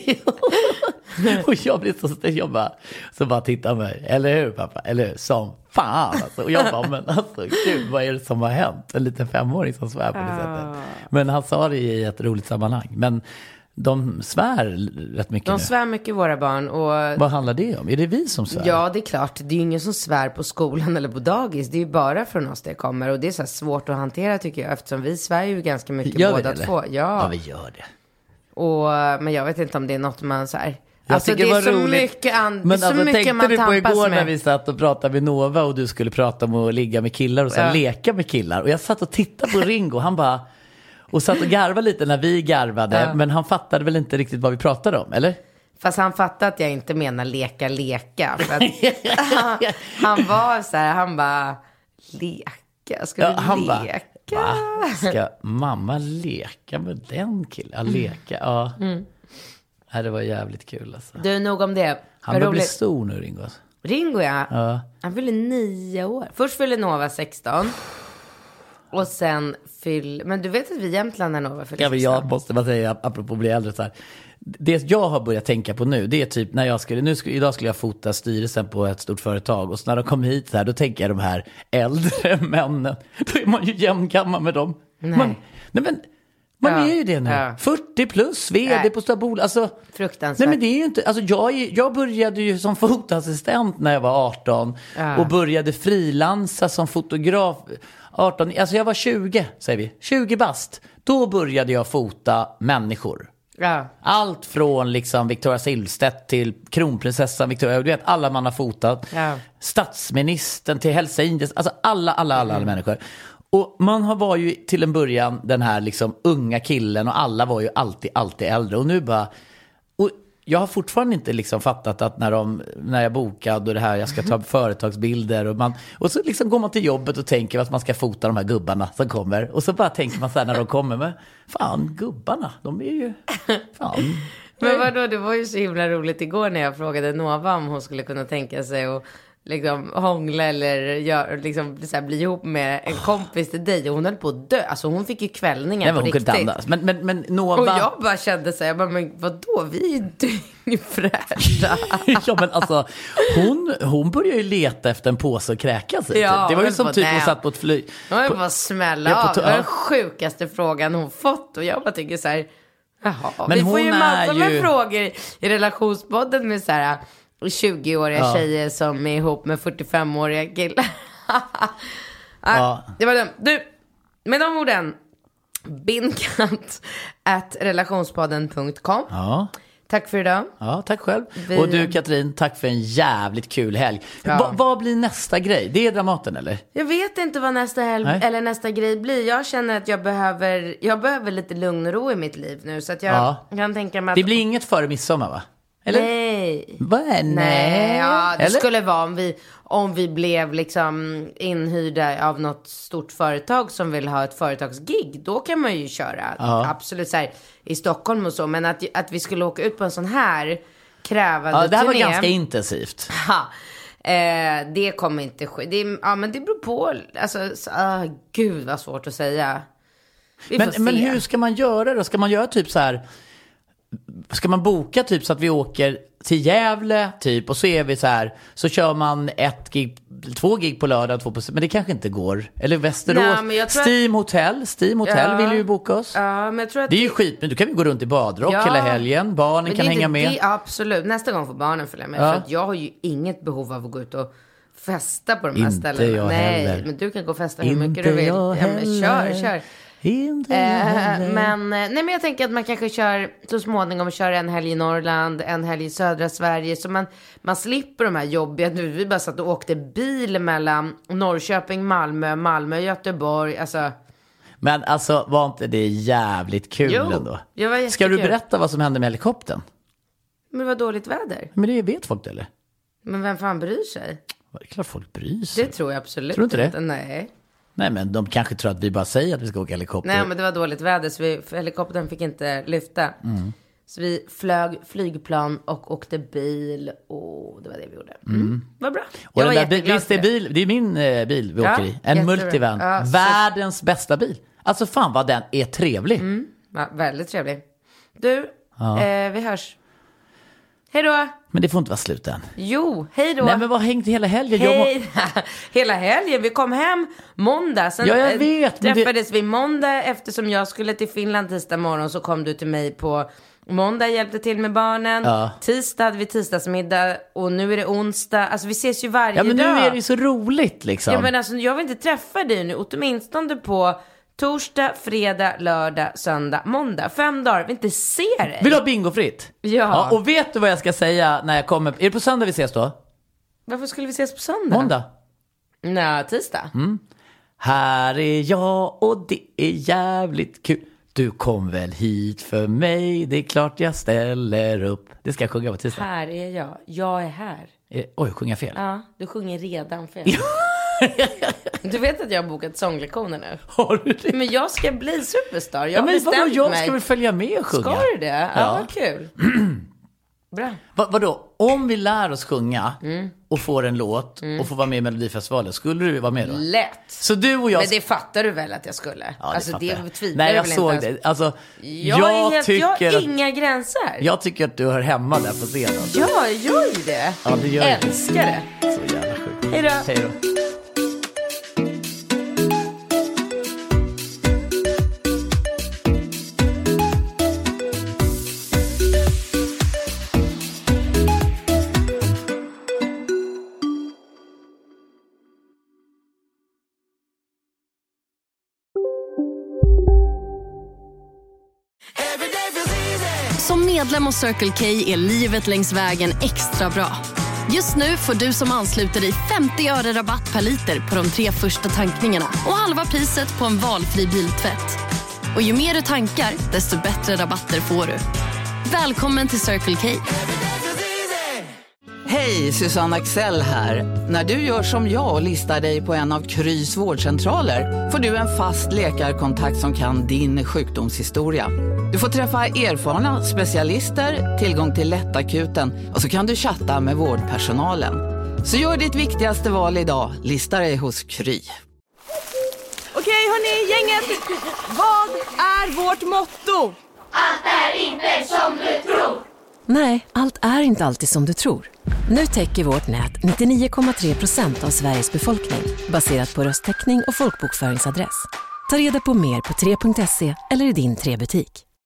Och jag blir så ställd, jag bara, så bara tittar mig. Eller hur pappa? Eller hur? Som fan alltså. Och jag bara, men alltså gud, vad är det som har hänt? En liten femåring som svär på det sättet. Men han sa det i ett roligt sammanhang. Men de svär rätt mycket
De
nu.
svär mycket, våra barn. Och
Vad handlar det om? Är det vi som svär?
ja, det är klart. Det är ju ingen som svär på skolan eller på dagis. Det är ju bara från oss det kommer. Och det är så här svårt att hantera tycker jag. Eftersom vi svär ju ganska mycket
Gör vi
båda
det,
två.
eller?
Ja.
Ja, vi gör det.
Och, men jag vet inte om det är något man så här.
Jag
Alltså det
tycker
är
var
så
roligt.
mycket, an-
Men
så
alltså,
mycket
tänkte
man
du på
tampas
igår
med.
när vi satt och pratade med Nova och du skulle prata om att ligga med killar och sen
Ja.
leka med killar. Och jag satt och tittade på Ringo, han bara, och satt och garvade lite när vi garvade.
Ja.
Men han fattade väl inte riktigt vad vi pratade om, eller?
Fast han fattade att jag inte menar leka, leka. För att han, han var så här, han bara, leka, ska
Ja,
vi
han
leka?
bara, va? Ska mamma leka med den killen? Ja, leka, ja.
Mm.
Nej, det var jävligt kul alltså.
Du, nog om det.
Han
Vad
börjar bli
roligt.
stor nu, Ringo.
Ringo, ja.
Ja.
Han fyller nio år. Först fyller Nova sexton. Och sen fyll... Men du vet att vi i Jämtland när Nova fyller sexton.
Jag måste bara säga, apropå bli äldre så här. Det jag har börjat tänka på nu, det är typ när jag skulle, nu skulle, idag skulle jag fota styrelsen på ett stort företag. Och så när de kom hit så här, då tänker jag de här äldre männen. Då är man ju jämngammal med dem.
Nej.
Man, nej men... Man
Ja,
är ju det nu.
ja.
fyrtio plus, vd
Nej.
på stora bolag. Alltså,
Fruktansvärt.
nej men det är ju inte, alltså jag, är, jag började ju som fotassistent när jag var arton.
Ja.
Och började frilansa som fotograf. arton, alltså jag var tjugo, säger vi. tjugo bast. Då började jag fota människor.
Ja.
Allt från liksom Victoria Silvstedt till kronprinsessan Victoria. Du vet, alla man har fotat.
Ja.
Statsministern till Hells Angels. Alltså alla, alla, alla, alla människor. Och man har var ju till en början den här liksom unga killen och alla var ju alltid, alltid äldre. Och nu bara... Och jag har fortfarande inte liksom fattat att när, de, när jag bokade och det här, jag ska ta företagsbilder och man... Och så liksom går man till jobbet och tänker att man ska fota de här gubbarna som kommer. Och så bara tänker man så här när de kommer med, fan, gubbarna, de är ju... Fan...
Men vadå, det var ju så himla roligt igår när jag frågade Nova om hon skulle kunna tänka sig att liksom hångla eller gör, liksom, så här, bli ihop med en kompis till dig. Och hon höll på att dö. Alltså hon fick ju kvällningar.
Nej, men
på
hon kunde
riktigt.
andas. Men, men, men Nova...
Och jag bara kände så här, jag bara, men vadå, vi är ju dyngfräscha.
Ja, men alltså, hon, hon började ju leta efter en påse och kräka sig.
Ja,
typ. Det var ju
men
som
på
typ hon
det.
satt på ett flyg.
Hon var
på-
bara smälla
Ja, på
av.
to-
Det var den
ja.
sjukaste frågan hon fått. Och jag bara tycker så här, jaha,
Men
vi får ju
hon
massor
är
med
ju-
frågor i relationspodden med så här tjugo-åriga
Ja.
tjejer som är ihop med fyrtiofem-åriga killar.
Ja.
ja. Det var dumt. Du, med de orden, bindkatt at relationspodden punkt com.
Ja.
Tack för idag.
Ja, tack själv.
Vi-
Och du Katrin, tack för en jävligt kul helg.
Ja.
Va, vad blir nästa grej? Det är Dramaten eller?
Jag vet inte vad nästa helg
Nej.
eller nästa grej blir. Jag känner att jag behöver, jag behöver lite lugn och ro i mitt liv nu. Så att jag
Ja.
kan tänka mig att...
Det blir inget före midsommar va? Eller?
Nej.
Va? Nej.
Nej, ja, det
Eller?
skulle vara om vi, om vi blev liksom inhyrda av något stort företag som vill ha ett företagsgig. Då kan man ju köra,
Ja.
absolut så här, i Stockholm och så. Men att, att vi skulle åka ut på en sån här krävande
Ja, det här var
turné.
ganska intensivt.
Ha. Eh, det kommer inte ske. Det, är- ja, men det beror på. Alltså, så, ah, gud vad svårt att säga. Vi får se.
Men, men hur ska man göra då? Ska man göra typ så här... Ska man boka typ så att vi åker till Gävle typ och så är vi så här, så kör man ett gig, två gig på lördag, två på, men det kanske inte går. Eller Västerås,
Nej, men jag tror att-
Steam Hotel, Steam Hotel
Ja.
vill ju boka oss.
Ja, men jag tror att
Det är ju skit, men du kan vi gå runt i badrock
Ja.
hela helgen, barnen
Men
kan
det är
hänga
inte
med.
Det, absolut, nästa gång får barnen följa med.
Ja.
För att jag har ju inget behov av att gå ut och festa på de här
Inte
ställena.
jag
Nej,
heller.
men du kan gå och festa hur
Inte
mycket du vill.
jag
Ja, men kör,
heller.
kör.
Inte jag
Eh,
heller.
men, eh, nej, men jag tänker att man kanske kör så småningom kör en helg i Norrland, en helg i södra Sverige. Så man, man slipper de här jobbiga. Nu, vi bara satt och åkte bil mellan Norrköping, Malmö, Malmö, Göteborg. Alltså,
Men alltså, var inte det jävligt kul
Jo,
ändå?
det var
Ska du
jättekul.
berätta vad som hände med helikoptern?
men det var dåligt väder.
Men det vet folk det, eller?
Men vem fan bryr sig?
Det är klart folk bryr sig.
Det tror jag absolut
Tror du inte det?
inte. Nej.
Nej, men de kanske tror att vi bara säger att vi ska åka helikopter.
Nej, men det var dåligt väder så vi, för helikoptern fick inte lyfta.
Mm.
Så vi flög flygplan och åkte bil och det var det vi gjorde. Mm. Vad bra.
Och
Jag var
den där,
jätteglad
visst,
för
det är, bil, det är min eh, bil vi
Ja,
åker i. En
jättebra.
multivan.
Ja, så-
Världens bästa bil. Alltså fan vad den är trevlig.
Ja, väldigt trevlig. Du,
Ja.
eh, vi hörs. Hej då.
Men det får inte vara slut än.
Jo, hej då.
Nej, men vad har hängt hela helgen? Jag må...
Hej. Hela helgen. Vi kom hem måndag. Sen
Ja, jag
eh,
vet, men det-
träffades vi måndag. Eftersom jag skulle till Finland tisdag morgon så kom du till mig på måndag, hjälpte till med barnen.
Ja.
Tisdag hade vi tisdagsmiddag och nu är det onsdag. Alltså vi ses ju varje
Ja, men nu
dag.
är det ju så roligt liksom.
Ja, men alltså, jag vill inte träffa dig nu. Åtminstone på torsdag, fredag, lördag, söndag, måndag. Fem dagar. Jag vill inte se dig.
Vill du ha bingofritt?
Ja.
Och vet du vad jag ska säga när jag kommer? Är det på söndag vi ses då?
Varför skulle vi ses på söndag?
Måndag?
Nej, tisdag.
Mm. Här är jag och det är jävligt kul. Du kom väl hit för mig, det är klart jag ställer upp. Det ska jag sjunga på tisdag.
Här är jag. Jag är här.
Eh, Oj, sjunger jag fel?
Ja, du sjunger redan fel. Du vet att jag har bokat sånglektioner nu.
Har du det?
Men jag ska bli superstar. Jag
Ja,
har
men vadå,
bestämt
jag
mig.
ska väl följa med och sjunga?
Ska du det? Ja,
Ja.
vad kul. Bra.
Va, vadå? Om vi lär oss sjunga
mm.
och får en låt mm. och får vara med i Melodifestivalen, skulle du vara med då?
Lätt.
Så du och jag...
Men det fattar du väl att jag skulle?
Ja, det
alltså det tvivlar
Nej, jag
väl
såg
inte.
det. Alltså,
jag,
jag,
helt,
tycker
jag har
att,
inga gränser.
Jag tycker att du hör hemma där på scenen.
Ja, jag gör ju det.
Ja, det gör
Älskar det.
det. Så jävla sjukt.
Hej då.
Hej då.
Som medlem hos Circle K är livet längs vägen extra bra. Just nu får du som ansluter dig femtio öre rabatt per liter på de tre första tankningarna och halva priset på en valfri biltvätt. Och ju mer du tankar, desto bättre rabatter får du. Välkommen till Circle K.
Hej, Susanne Axel här. När du gör som jag och listar dig på en av Krys vårdcentraler får du en fast läkarkontakt som kan din sjukdomshistoria. Du får träffa erfarna specialister, tillgång till lättakuten och så kan du chatta med vårdpersonalen. Så gör ditt viktigaste val idag, lista dig hos Kry.
Okej hörni, gänget. Vad är vårt motto?
Allt är inte som du tror.
Nej, allt är inte alltid som du tror. Nu täcker vårt nät nittionio komma tre procent av Sveriges befolkning baserat på röstteckning och folkbokföringsadress. Ta reda på mer på tre punkt se eller i din tre butik.